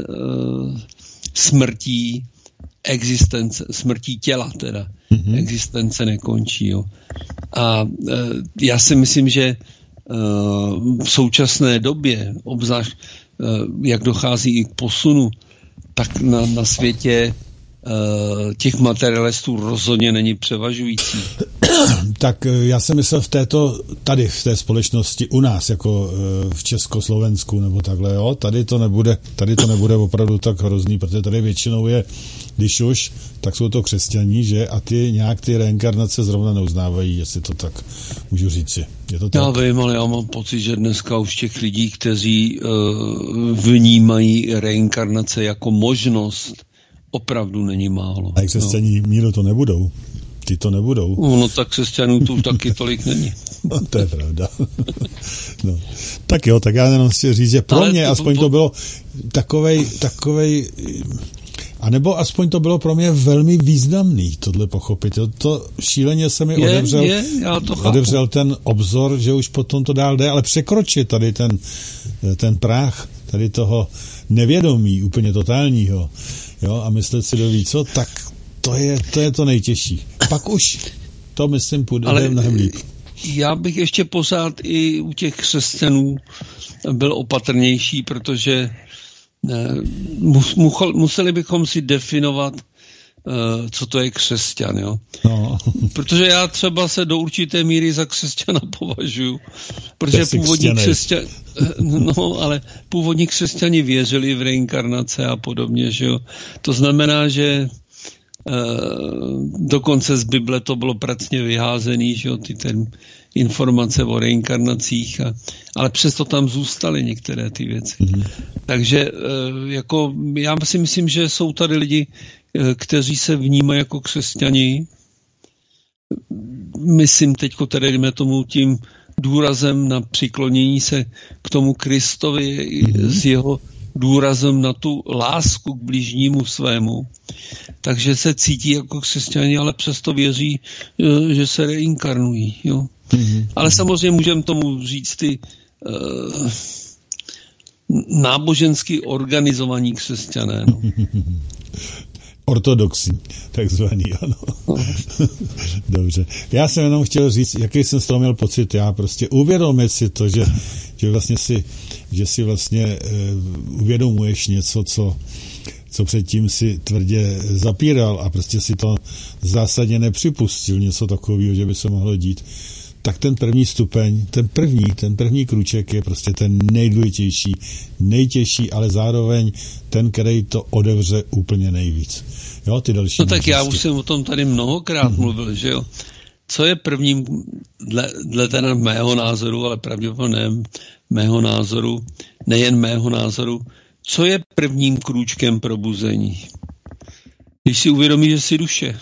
smrtí těla teda, existence nekončí. Jo. A já si myslím, že v současné době, obzvlášť jak dochází i k posunu, tak na světě těch materialistů rozhodně není převažující. Tak já jsem myslel tady v té společnosti u nás, jako v Československu nebo takhle, jo, tady to nebude opravdu tak hrozný, protože tady většinou je, když už, tak jsou to křesťaní, že, a nějak ty reinkarnace zrovna neuznávají, jestli to tak můžu říci. Je to tak? Já vím, ale já mám pocit, že dneska už těch lidí, kteří vnímají reinkarnace jako možnost, opravdu není málo. A křesťaní, Míro, to nebudou. Ty to nebudou. No tak křesťanů tu taky tolik není. No, to je pravda. No. Tak jo, tak já jenom chci říct, že pro mě aspoň to bylo takovej, anebo aspoň to bylo pro mě velmi významný tohle pochopit. To šíleně se mi odevřel ten obzor, že už potom to dál jde, ale překročit tady ten práh tady toho nevědomí, úplně totálního, jo, a myslet si do víc, co, tak to je to nejtěžší. Pak už to, myslím, půjde mnohem líp. Já bych ještě pořád i u těch křesťanů byl opatrnější, protože museli bychom si definovat, co to je křesťan, jo. No. Protože já třeba se do určité míry za křesťana považuji, protože původní křesťani věřili v reinkarnace a podobně, že jo. To znamená, že dokonce z Bible to bylo pracně vyházený, že jo, ty informace o reinkarnacích, ale přesto tam zůstaly některé ty věci. Mm-hmm. Takže jako já si myslím, že jsou tady lidi, kteří se vnímají jako křesťani. Myslím teďko tedy jdeme tomu tím důrazem na přiklonění se k tomu Kristovi s jeho důrazem na tu lásku k bližnímu svému. Takže se cítí jako křesťani, ale přesto věří, že se reinkarnují. Jo? Ale samozřejmě můžeme tomu říct ty nábožensky organizovaní křesťané. No. Ortodoxní, takzvaný, ano. Dobře. Já jsem jenom chtěl říct, jaký jsem z toho měl pocit. Já prostě uvědomit si to, že vlastně si vlastně uvědomuješ něco, co předtím si tvrdě zapíral a prostě si to zásadně nepřipustil, něco takového, že by se mohlo dít. Tak ten první stupeň, ten první krůček je prostě ten nejdůležitější, nejtěžší, ale zároveň ten, který to odevře úplně nejvíc. Jo, ty další. No tak já už jsem o tom tady mnohokrát mluvil, že jo. Co je prvním, dle teda mého názoru, ale pravděpodobně mého názoru, nejen mého názoru, co je prvním krůčkem probuzení? Když si uvědomí, že jsi duše.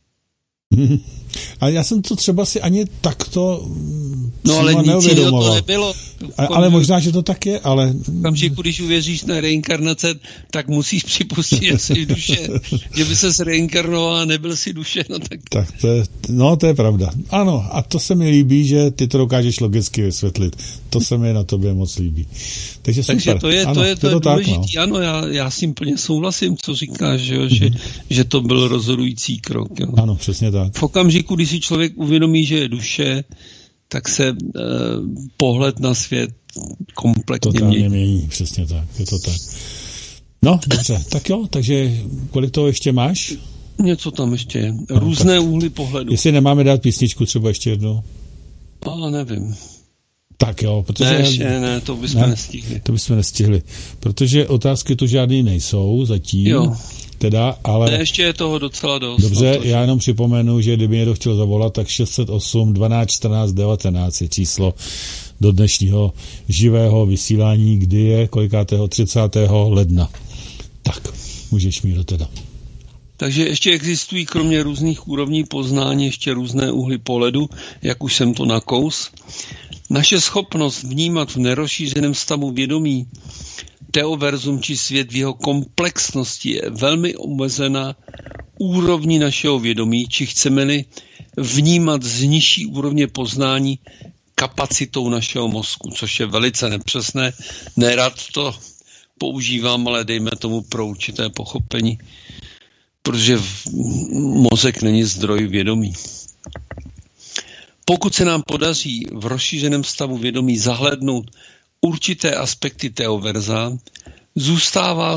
A já jsem to třeba si ani takto ale nic jiného to nebylo. Ale možná, že to tak je, ale... Když uvěříš na reinkarnace, tak musíš připustit, že jsi duše. Že by ses reinkarnoval a nebyl si duše, no tak... Tak to je pravda. Ano, a to se mi líbí, že ty to dokážeš logicky vysvětlit. To se mi na tobě moc líbí. Takže super. To je důležitý. Ano, já s tím plně souhlasím, co říkáš, že to byl rozhodující krok. Jo. Ano, přesně tak. V okamžiku, kdy si člověk uvědomí, že je duše, tak se pohled na svět kompletně mění. Přesně tak, je to tak. No, dobře, tak jo, takže kolik toho ještě máš? Něco tam ještě je. Různé úhly pohledu. Jestli nemáme dát písničku třeba ještě jednou? Ale nevím. Tak jo, protože... Ne, to bychom nestihli. To bychom nestihli, protože otázky tu žádný nejsou zatím. Jo. Teda, ale... Ne, ještě je toho docela dost. Dobře, já jenom připomenu, že kdyby někdo chtěl zavolat, tak 608 12 14 19 je číslo do dnešního živého vysílání, kdy je kolikátého 30. ledna. Tak, můžeš mít teda. Takže ještě existují kromě různých úrovní poznání ještě různé úhly pohledu, jak už jsem to nakous. Naše schopnost vnímat v nerozšířeném stavu vědomí teoverzum či svět v jeho komplexnosti je velmi omezena úrovní našeho vědomí, či chceme-li vnímat z nižší úrovně poznání kapacitou našeho mozku, což je velice nepřesné. Nerad to používám, ale dejme tomu pro určité pochopení, protože mozek není zdroj vědomí. Pokud se nám podaří v rozšířeném stavu vědomí zahlédnout určité aspekty teoverza, zůstává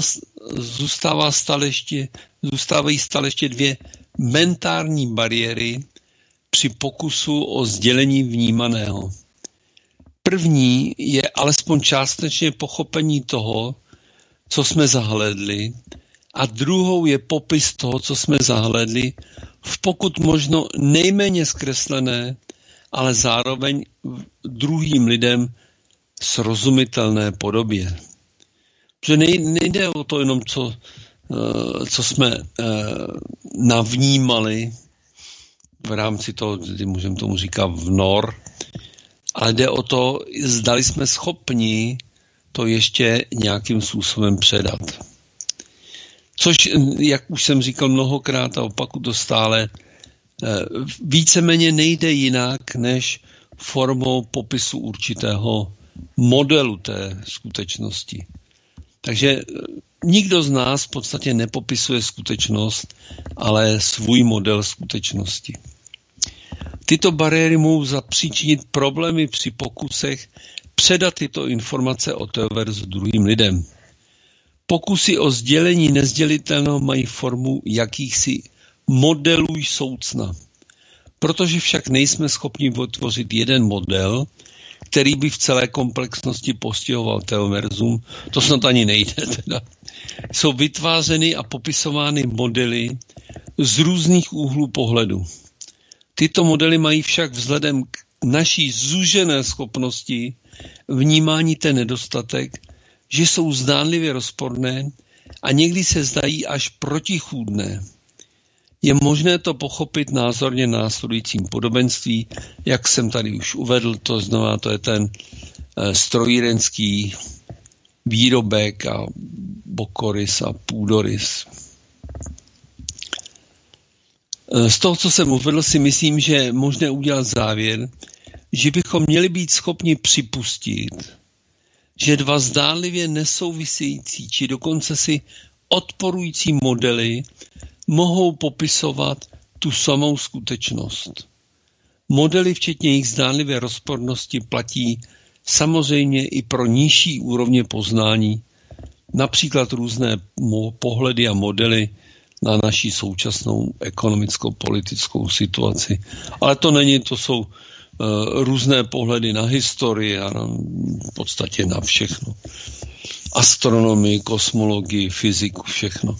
zůstávají stále ještě dvě mentální bariéry při pokusu o sdělení vnímaného. První je alespoň částečně pochopení toho, co jsme zahlédli, a druhou je popis toho, co jsme zahlédli, v pokud možno nejméně zkreslené, ale zároveň druhým lidem srozumitelné podobě. Že nejde o to jenom, co jsme navnímali v rámci toho, můžeme tomu říkat vnor, ale jde o to, zdali jsme schopni to ještě nějakým způsobem předat. Což, jak už jsem říkal mnohokrát a opakuju to stále, víceméně nejde jinak, než formou popisu určitého modelu té skutečnosti. Takže nikdo z nás v podstatě nepopisuje skutečnost, ale svůj model skutečnosti. Tyto bariéry mohou zapříčinit problémy při pokusech předat tyto informace o Teoverzu druhým lidem. Pokusy o sdělení nezdělitelného mají formu jakýchsi modelů soucna. Protože však nejsme schopni vytvořit jeden model, který by v celé komplexnosti postihoval Teoverzum, to snad ani nejde teda. Jsou vytvářeny a popisovány modely z různých úhlů pohledu. Tyto modely mají však vzhledem k naší zúžené schopnosti vnímání ten nedostatek, že jsou zdánlivě rozporné a někdy se zdají až protichůdné. Je možné to pochopit názorně následujícím podobenství, jak jsem tady už uvedl, to je ten strojírenský výrobek a bokorys a půdorys. Z toho, co jsem uvedl, si myslím, že je možné udělat závěr, že bychom měli být schopni připustit, že dva zdánlivě nesouvisející či dokonce si odporující modely mohou popisovat tu samou skutečnost. Modely, včetně jejich zdánlivé rozpornosti, platí samozřejmě i pro nižší úrovně poznání, například různé pohledy a modely na naši současnou ekonomicko-politickou situaci. Ale to jsou různé pohledy na historii a v podstatě na všechno. Astronomii, kosmologii, fyziku, všechno.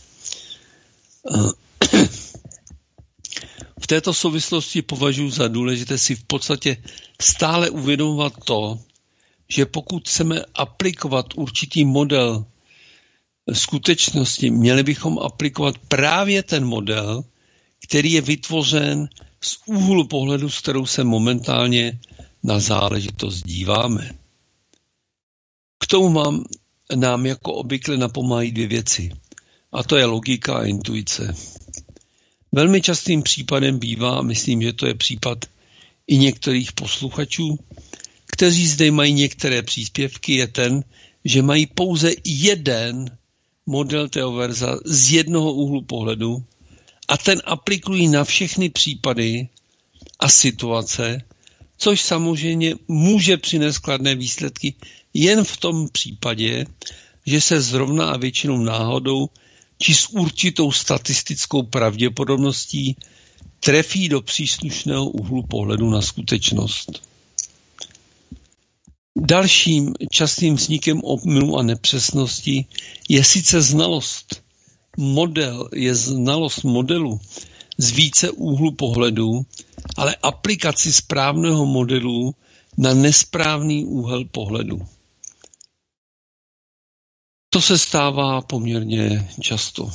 V této souvislosti považuji za důležité si v podstatě stále uvědomovat to, že pokud chceme aplikovat určitý model skutečnosti, měli bychom aplikovat právě ten model, který je vytvořen z úhlu pohledu, s kterou se momentálně na záležitost díváme. K tomu nám jako obvykle napomáhají dvě věci, a to je logika a intuice. Velmi častým případem bývá, myslím, že to je případ i některých posluchačů, kteří zde mají některé příspěvky, je ten, že mají pouze jeden model Teoverza z jednoho úhlu pohledu a ten aplikují na všechny případy a situace, což samozřejmě může přinést kladné výsledky jen v tom případě, že se zrovna a většinou náhodou či s určitou statistickou pravděpodobností trefí do příslušného úhlu pohledu na skutečnost. Dalším častým vznikem omylu a nepřesnosti je sice znalost modelu z více úhlu pohledu, ale aplikaci správného modelu na nesprávný úhel pohledu. To se stává poměrně často.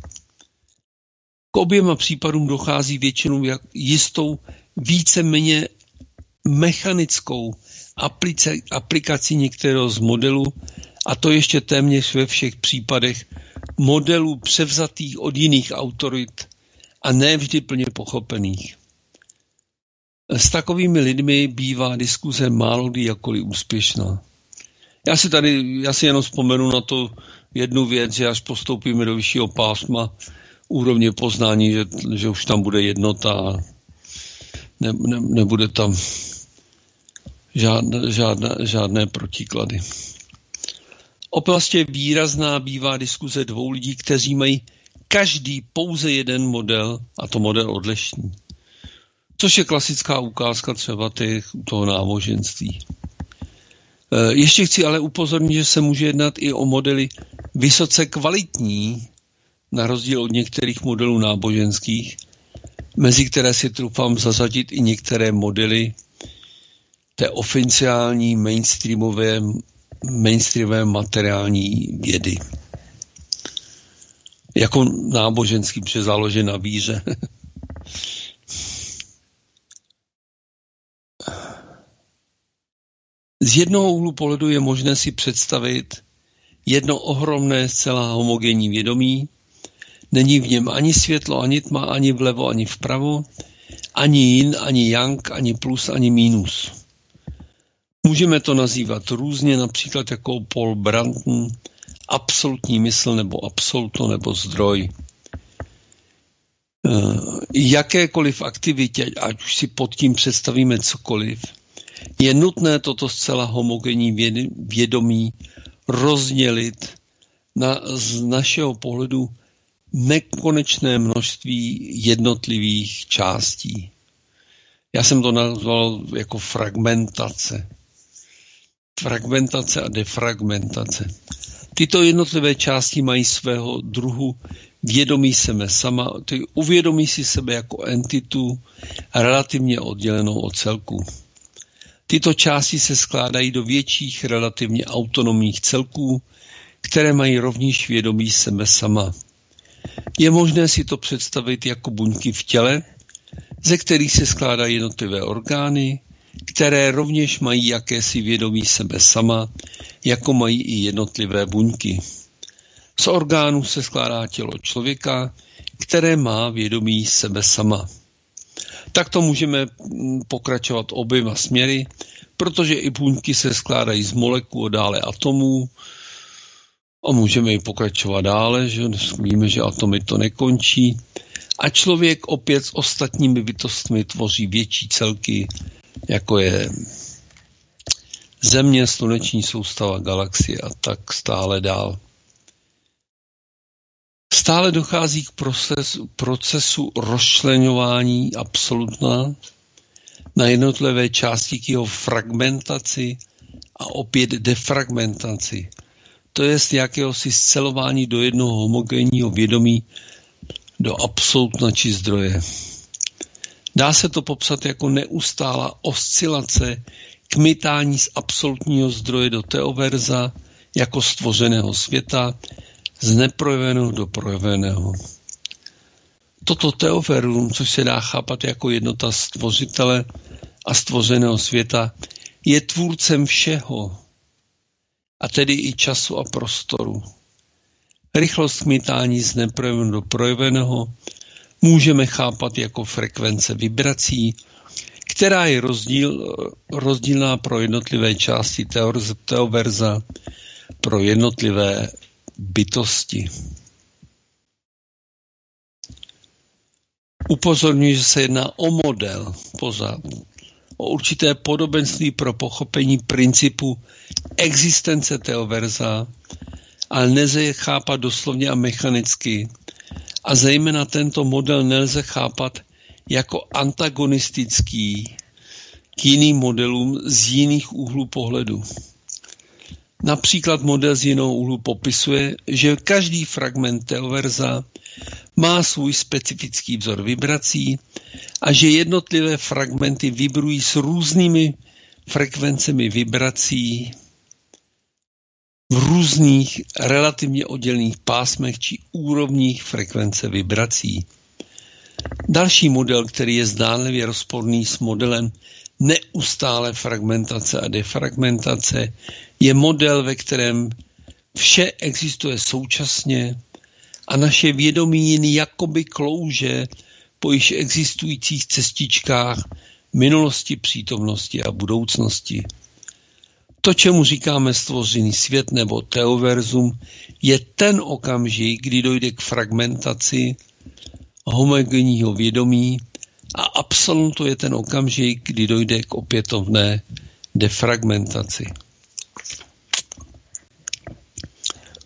K oběma případům dochází většinou jistou víceméně mechanickou aplikací některého z modelů, a to ještě téměř ve všech případech modelů převzatých od jiných autorit a ne vždy plně pochopených. S takovými lidmi bývá diskuze málokdy jakkoliv úspěšná. Já si jenom vzpomenu na to jednu věc, že až postoupíme do vyššího pásma úrovně poznání, že už tam bude jednota a nebude tam žádné protiklady. Obzvláště výrazná bývá diskuze dvou lidí, kteří mají každý pouze jeden model, a to model odlišný. Což je klasická ukázka třeba toho náboženství. Ještě chci ale upozornit, že se může jednat i o modely vysoce kvalitní, na rozdíl od některých modelů náboženských, mezi které si troufám zařadit i některé modely té oficiální mainstreamové materiální vědy. Jako náboženský, protože záleží na víře. Z jednoho úhlu pohledu je možné si představit jedno ohromné, zcela homogenní vědomí. Není v něm ani světlo, ani tma, ani vlevo, ani vpravo, ani yin, ani yang, ani plus, ani mínus. Můžeme to nazývat různě, například jako Paul Brandon, absolutní mysl, nebo absoluto, nebo zdroj. Jakékoliv aktivitě, ať už si pod tím představíme cokoliv, je nutné toto zcela homogenní vědomí rozdělit na z našeho pohledu nekonečné množství jednotlivých částí. Já jsem to nazval jako fragmentace. Fragmentace a defragmentace. Tyto jednotlivé části mají svého druhu vědomí sebe sama, ty uvědomí si sebe jako entitu relativně oddělenou od celku. Tyto části se skládají do větších relativně autonomních celků, které mají rovněž vědomí sebe sama. Je možné si to představit jako buňky v těle, ze kterých se skládají jednotlivé orgány, které rovněž mají jakési vědomí sebe sama, jako mají i jednotlivé buňky. Z orgánů se skládá tělo člověka, které má vědomí sebe sama. Takto můžeme pokračovat oběma směry, protože i buňky se skládají z molekul, dále atomů, a můžeme i pokračovat dále, že víme, že atomy to nekončí. A člověk opět s ostatními bytostmi tvoří větší celky, jako je Země, sluneční soustava, galaxie a tak stále dál. Stále dochází k procesu rozčleňování absolutna na jednotlivé části k jeho fragmentaci a opět defragmentaci. To je jakéhosi scelování do jednoho homogenního vědomí, do absolutna či zdroje. Dá se to popsat jako neustálá oscilace kmitání z absolutního zdroje do teoverza jako stvořeného světa, z neprojeveného do projeveného. Toto teoverum, což se dá chápat jako jednota stvořitele a stvořeného světa, je tvůrcem všeho, a tedy i času a prostoru. Rychlost kmitání z neprojeveného do projeveného můžeme chápat jako frekvence vibrací, která je rozdílná pro jednotlivé části teoverza, pro jednotlivé bytosti. Upozorňuji, že se jedná o model, o určité podobenství pro pochopení principu existence teoverza, ale nelze je chápat doslovně a mechanicky. A zejména tento model nelze chápat jako antagonistický k jiným modelům z jiných úhlů pohledu. Například model z jiného úhlu popisuje, že každý fragment teoverza má svůj specifický vzor vibrací a že jednotlivé fragmenty vibrují s různými frekvencemi vibrací v různých relativně oddělených pásmech či úrovních frekvence vibrací. Další model, který je zdánlivě rozporný s modelem neustále fragmentace a defragmentace, je model, ve kterém vše existuje současně a naše vědomí jen jakoby klouže po již existujících cestičkách minulosti, přítomnosti a budoucnosti. To, čemu říkáme stvořený svět nebo teoverzum, je ten okamžik, kdy dojde k fragmentaci homogenního vědomí a absolutu je ten okamžik, kdy dojde k opětovné defragmentaci.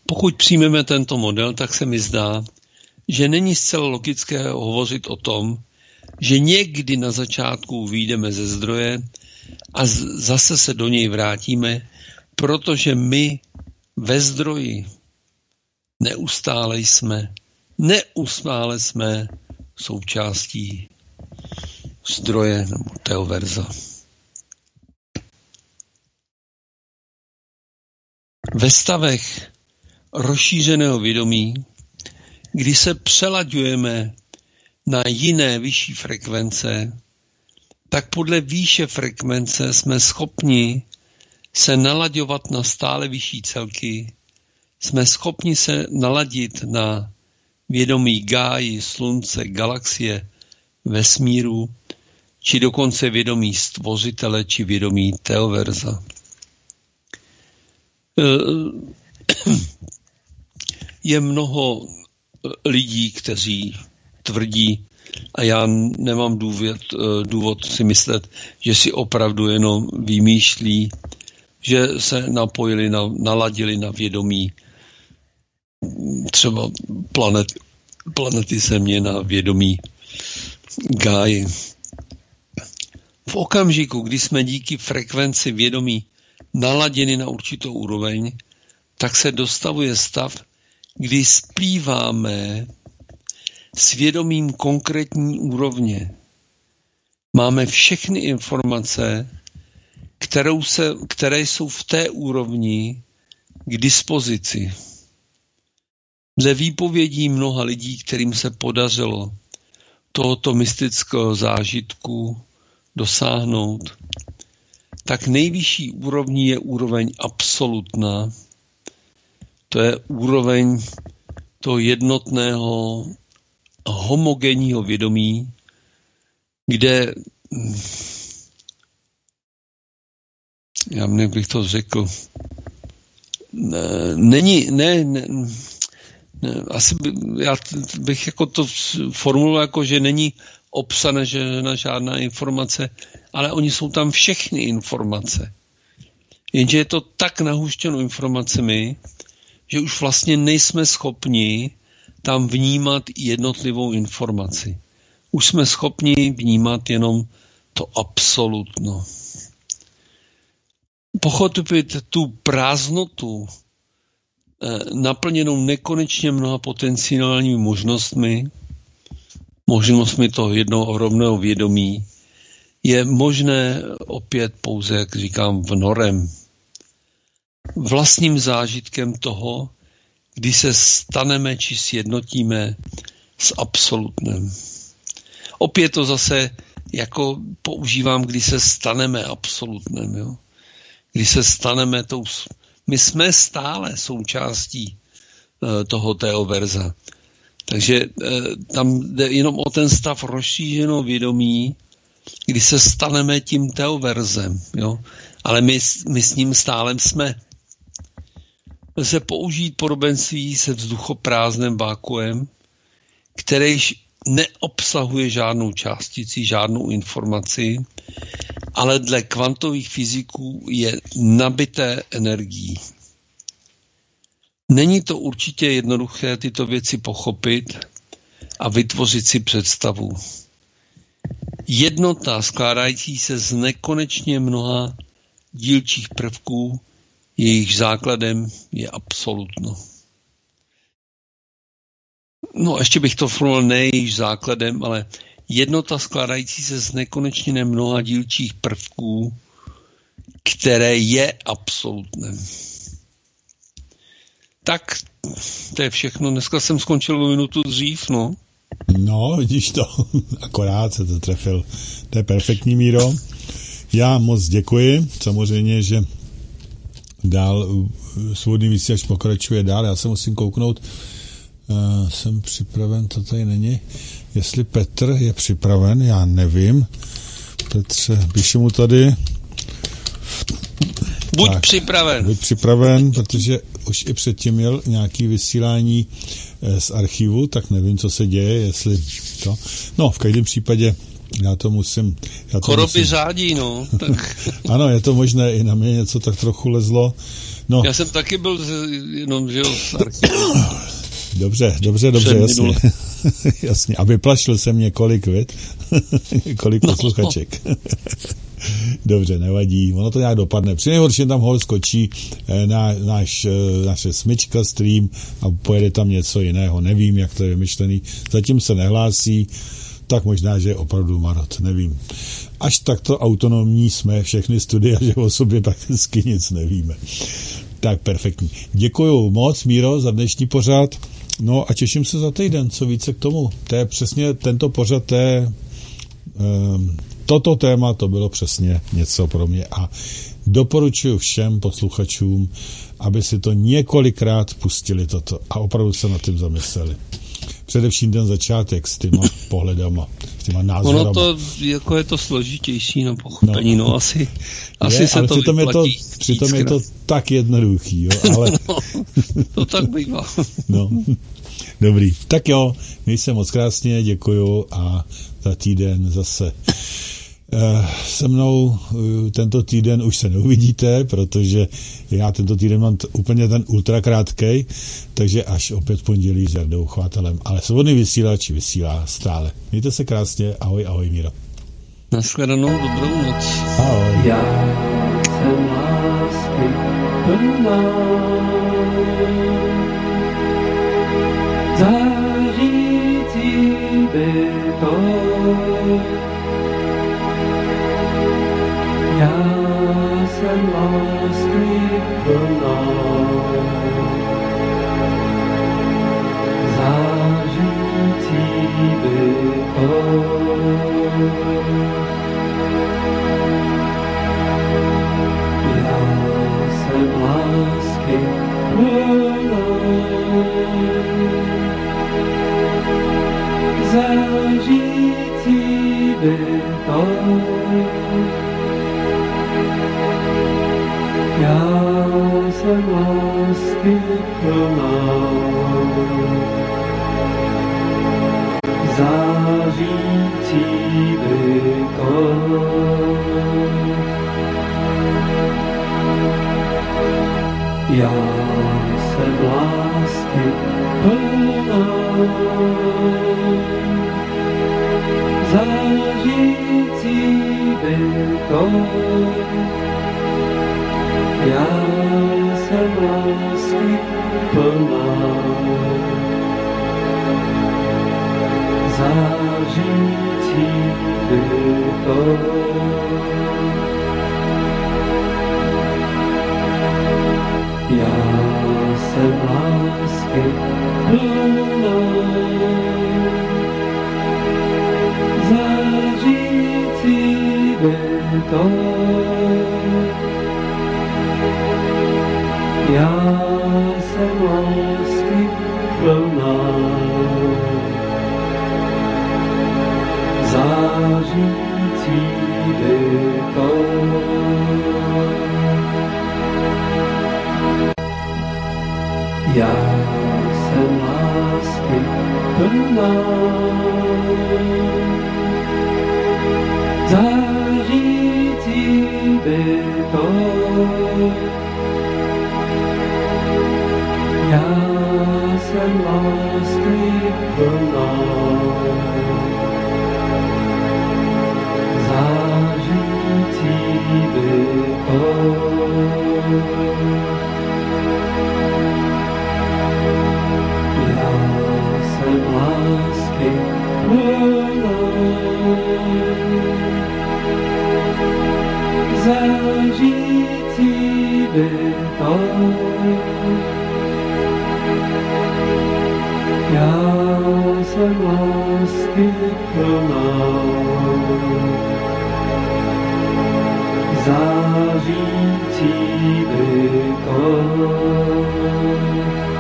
Pokud přijmeme tento model, tak se mi zdá, že není zcela logické hovořit o tom, že někdy na začátku vyjdeme ze zdroje a zase se do něj vrátíme, protože my ve zdroji neustále jsme součástí zdroje nebo teoverza. Ve stavech rozšířeného vědomí, kdy se přelaďujeme na jiné vyšší frekvence, tak podle výše frekvence jsme schopni se nalaďovat na stále vyšší celky, jsme schopni se naladit na vědomí Gáji, slunce, galaxie, vesmíru, či dokonce vědomí stvořitele, či vědomí teoverza. Je mnoho lidí, kteří tvrdí, a já nemám důvod si myslet, že si opravdu jenom vymýšlí, že se napojili, naladili na vědomí třeba planety Země, na vědomí Gáji. V okamžiku, kdy jsme díky frekvenci vědomí naladěni na určitou úroveň, tak se dostavuje stav, kdy splýváme s vědomím konkrétní úrovně. Máme všechny informace, které jsou v té úrovni k dispozici. Dle výpovědí mnoha lidí, kterým se podařilo tohoto mystického zážitku dosáhnout, tak nejvyšší úrovní je úroveň absolutná. To je úroveň toho jednotného homogenního vědomí, kde, já bych to řekl, asi já bych jako to formuloval jako, že není obsažena žádná informace, ale oni jsou tam všechny informace. Jenže je to tak nahuštěno informacemi, že už vlastně nejsme schopni tam vnímat jednotlivou informaci. Už jsme schopni vnímat jenom to absolutno. Pochopit tu prázdnotu, naplněnou nekonečně mnoha potenciálními možnostmi toho jednoho ohromného vědomí, je možné opět pouze, jak říkám, vnorem. Vlastním zážitkem toho, kdy se staneme či sjednotíme s absolutnem. Opět to zase jako používám, kdy se staneme absolutnem. Jo? Kdy se staneme my jsme stále součástí toho teoverza. Takže tam jde jenom o ten stav rozšířeného vědomí, kdy se staneme tím teoverzem. Jo? Ale my s ním stále jsme. Lze použít podobenství se vzduchoprázdným vákuem, kteréž neobsahuje žádnou částici, žádnou informaci, ale dle kvantových fyziků je nabité energií. Není to určitě jednoduché tyto věci pochopit a vytvořit si představu. Jednota skládající se z nekonečně mnoha dílčích prvků, jejich základem je absolutno. No, ještě bych to formuloval ne jejich základem, ale jednota skládající se z nekonečně mnoha dílčích prvků, které je absolutnem. Tak, to je všechno. Dneska jsem skončil o minutu dřív, no. No, vidíš to, akorát se to trefil. To je perfektní, Míro. Já moc děkuji. Samozřejmě, že dál svobodný vysílač pokračuje dál. Já se musím kouknout. Jsem připraven, to tady není. Jestli Petr je připraven, já nevím. Petře, píšu mu tady. Buď tak, připraven. Buď připraven, protože už i předtím měl nějaký vysílání z archivu, tak nevím, co se děje, jestli to... No, v každém případě já to musím... Choroby řádí, no. Tak. Ano, je to možné, i na mě něco tak trochu lezlo, No. Já jsem taky byl jenom, že jo, z archivu. Dobře, jasně. Jasně. A vyplašil jsem několik, kolik posluchaček. Dobře, nevadí. Ono to nějak dopadne. Při nejhorším tam hol skočí naše smyčka, stream a pojede tam něco jiného. Nevím, jak to je vymyšlený. Zatím se nehlásí, tak možná, že je opravdu marot. Nevím. Až takto autonomní jsme všechny studia, že o sobě prakticky nic nevíme. Tak, perfektní. Děkuju moc, Míro, za dnešní pořad. No a těším se za týden, co více k tomu. To je přesně tento pořad, toto téma, to bylo přesně něco pro mě a doporučuji všem posluchačům, aby si to několikrát pustili toto a opravdu se nad tím zamysleli. Především ten začátek s těma pohledama, s těma názorama. Ono to, jako je to složitější na pochopení, no asi je, se to vyplatí. Přitom je to tak jednoduchý, jo, ale... No, to tak bývá. No, dobrý. Tak jo, měj se moc krásně, děkuju a za týden zase se mnou tento týden už se neuvidíte, protože já tento týden mám úplně ten ultrakrátkej, takže až opět pondělí s Jardou Chvátelem. Ale Svobodný vysílač vysílá stále. Mějte se krásně, ahoj Míro. Nashledanou, dobrou noc. Ahoj. Já jsem lásky plná, zářící bytost. Já jsem lásky plná, zářící bytost. Já jsem lásky plná, zářící bytost. Já jsem lásky plná, zářící bytost. Já jsem lásky plná, zářící bytost. Já jsem lásky plná, zářící bytost. Já jsem lásky plná, zářící bytost. Já jsem lásky plná, zářící bytost. Já jsem lásky plná, zářící bytost. Já jsem lásky plná, zářící bytost. Já jsem lásky plná, zářící bytost. Já jsem lásky plná, zářící bytost.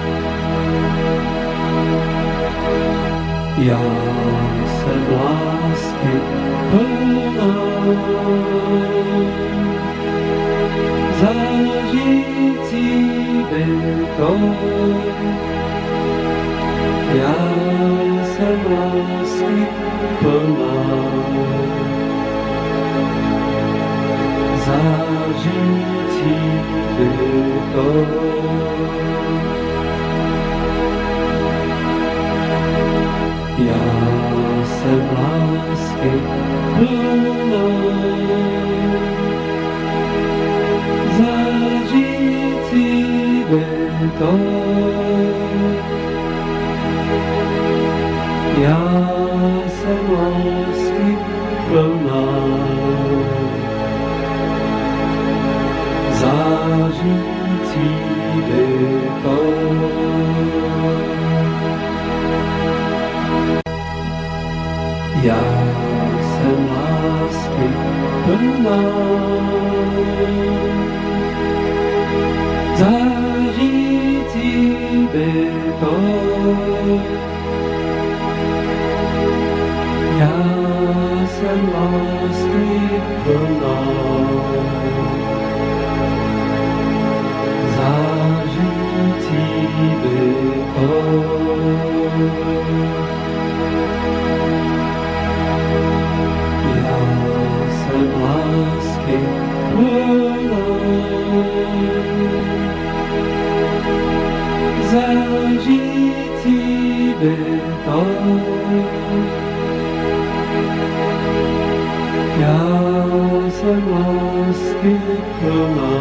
Já jsem lásky plná, zářící bytost. Já jsem lásky plná, zářící bytost. bytost. Já jsem lásky plná, zářící bytost. Já jsem lásky plná, zářící bytost. Já jsem lásky plná, zářící bytost. Já jsem lásky plná, zářící bytost. Já jsem lásky plná, zářící bytost. Já jsem lásky plná,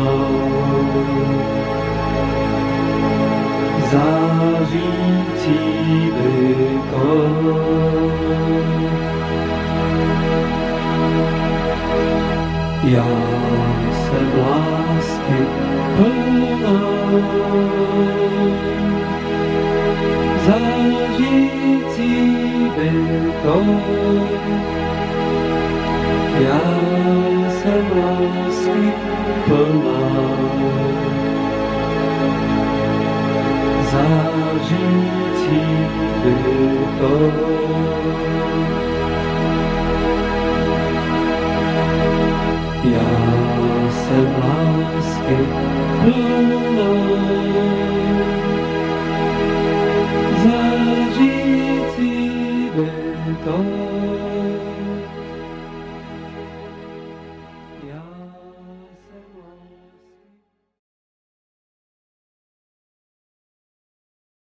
zářící bytost. Já jsem lásky plná, zářící bytost. Já jsem lásky plná, zářící bytost.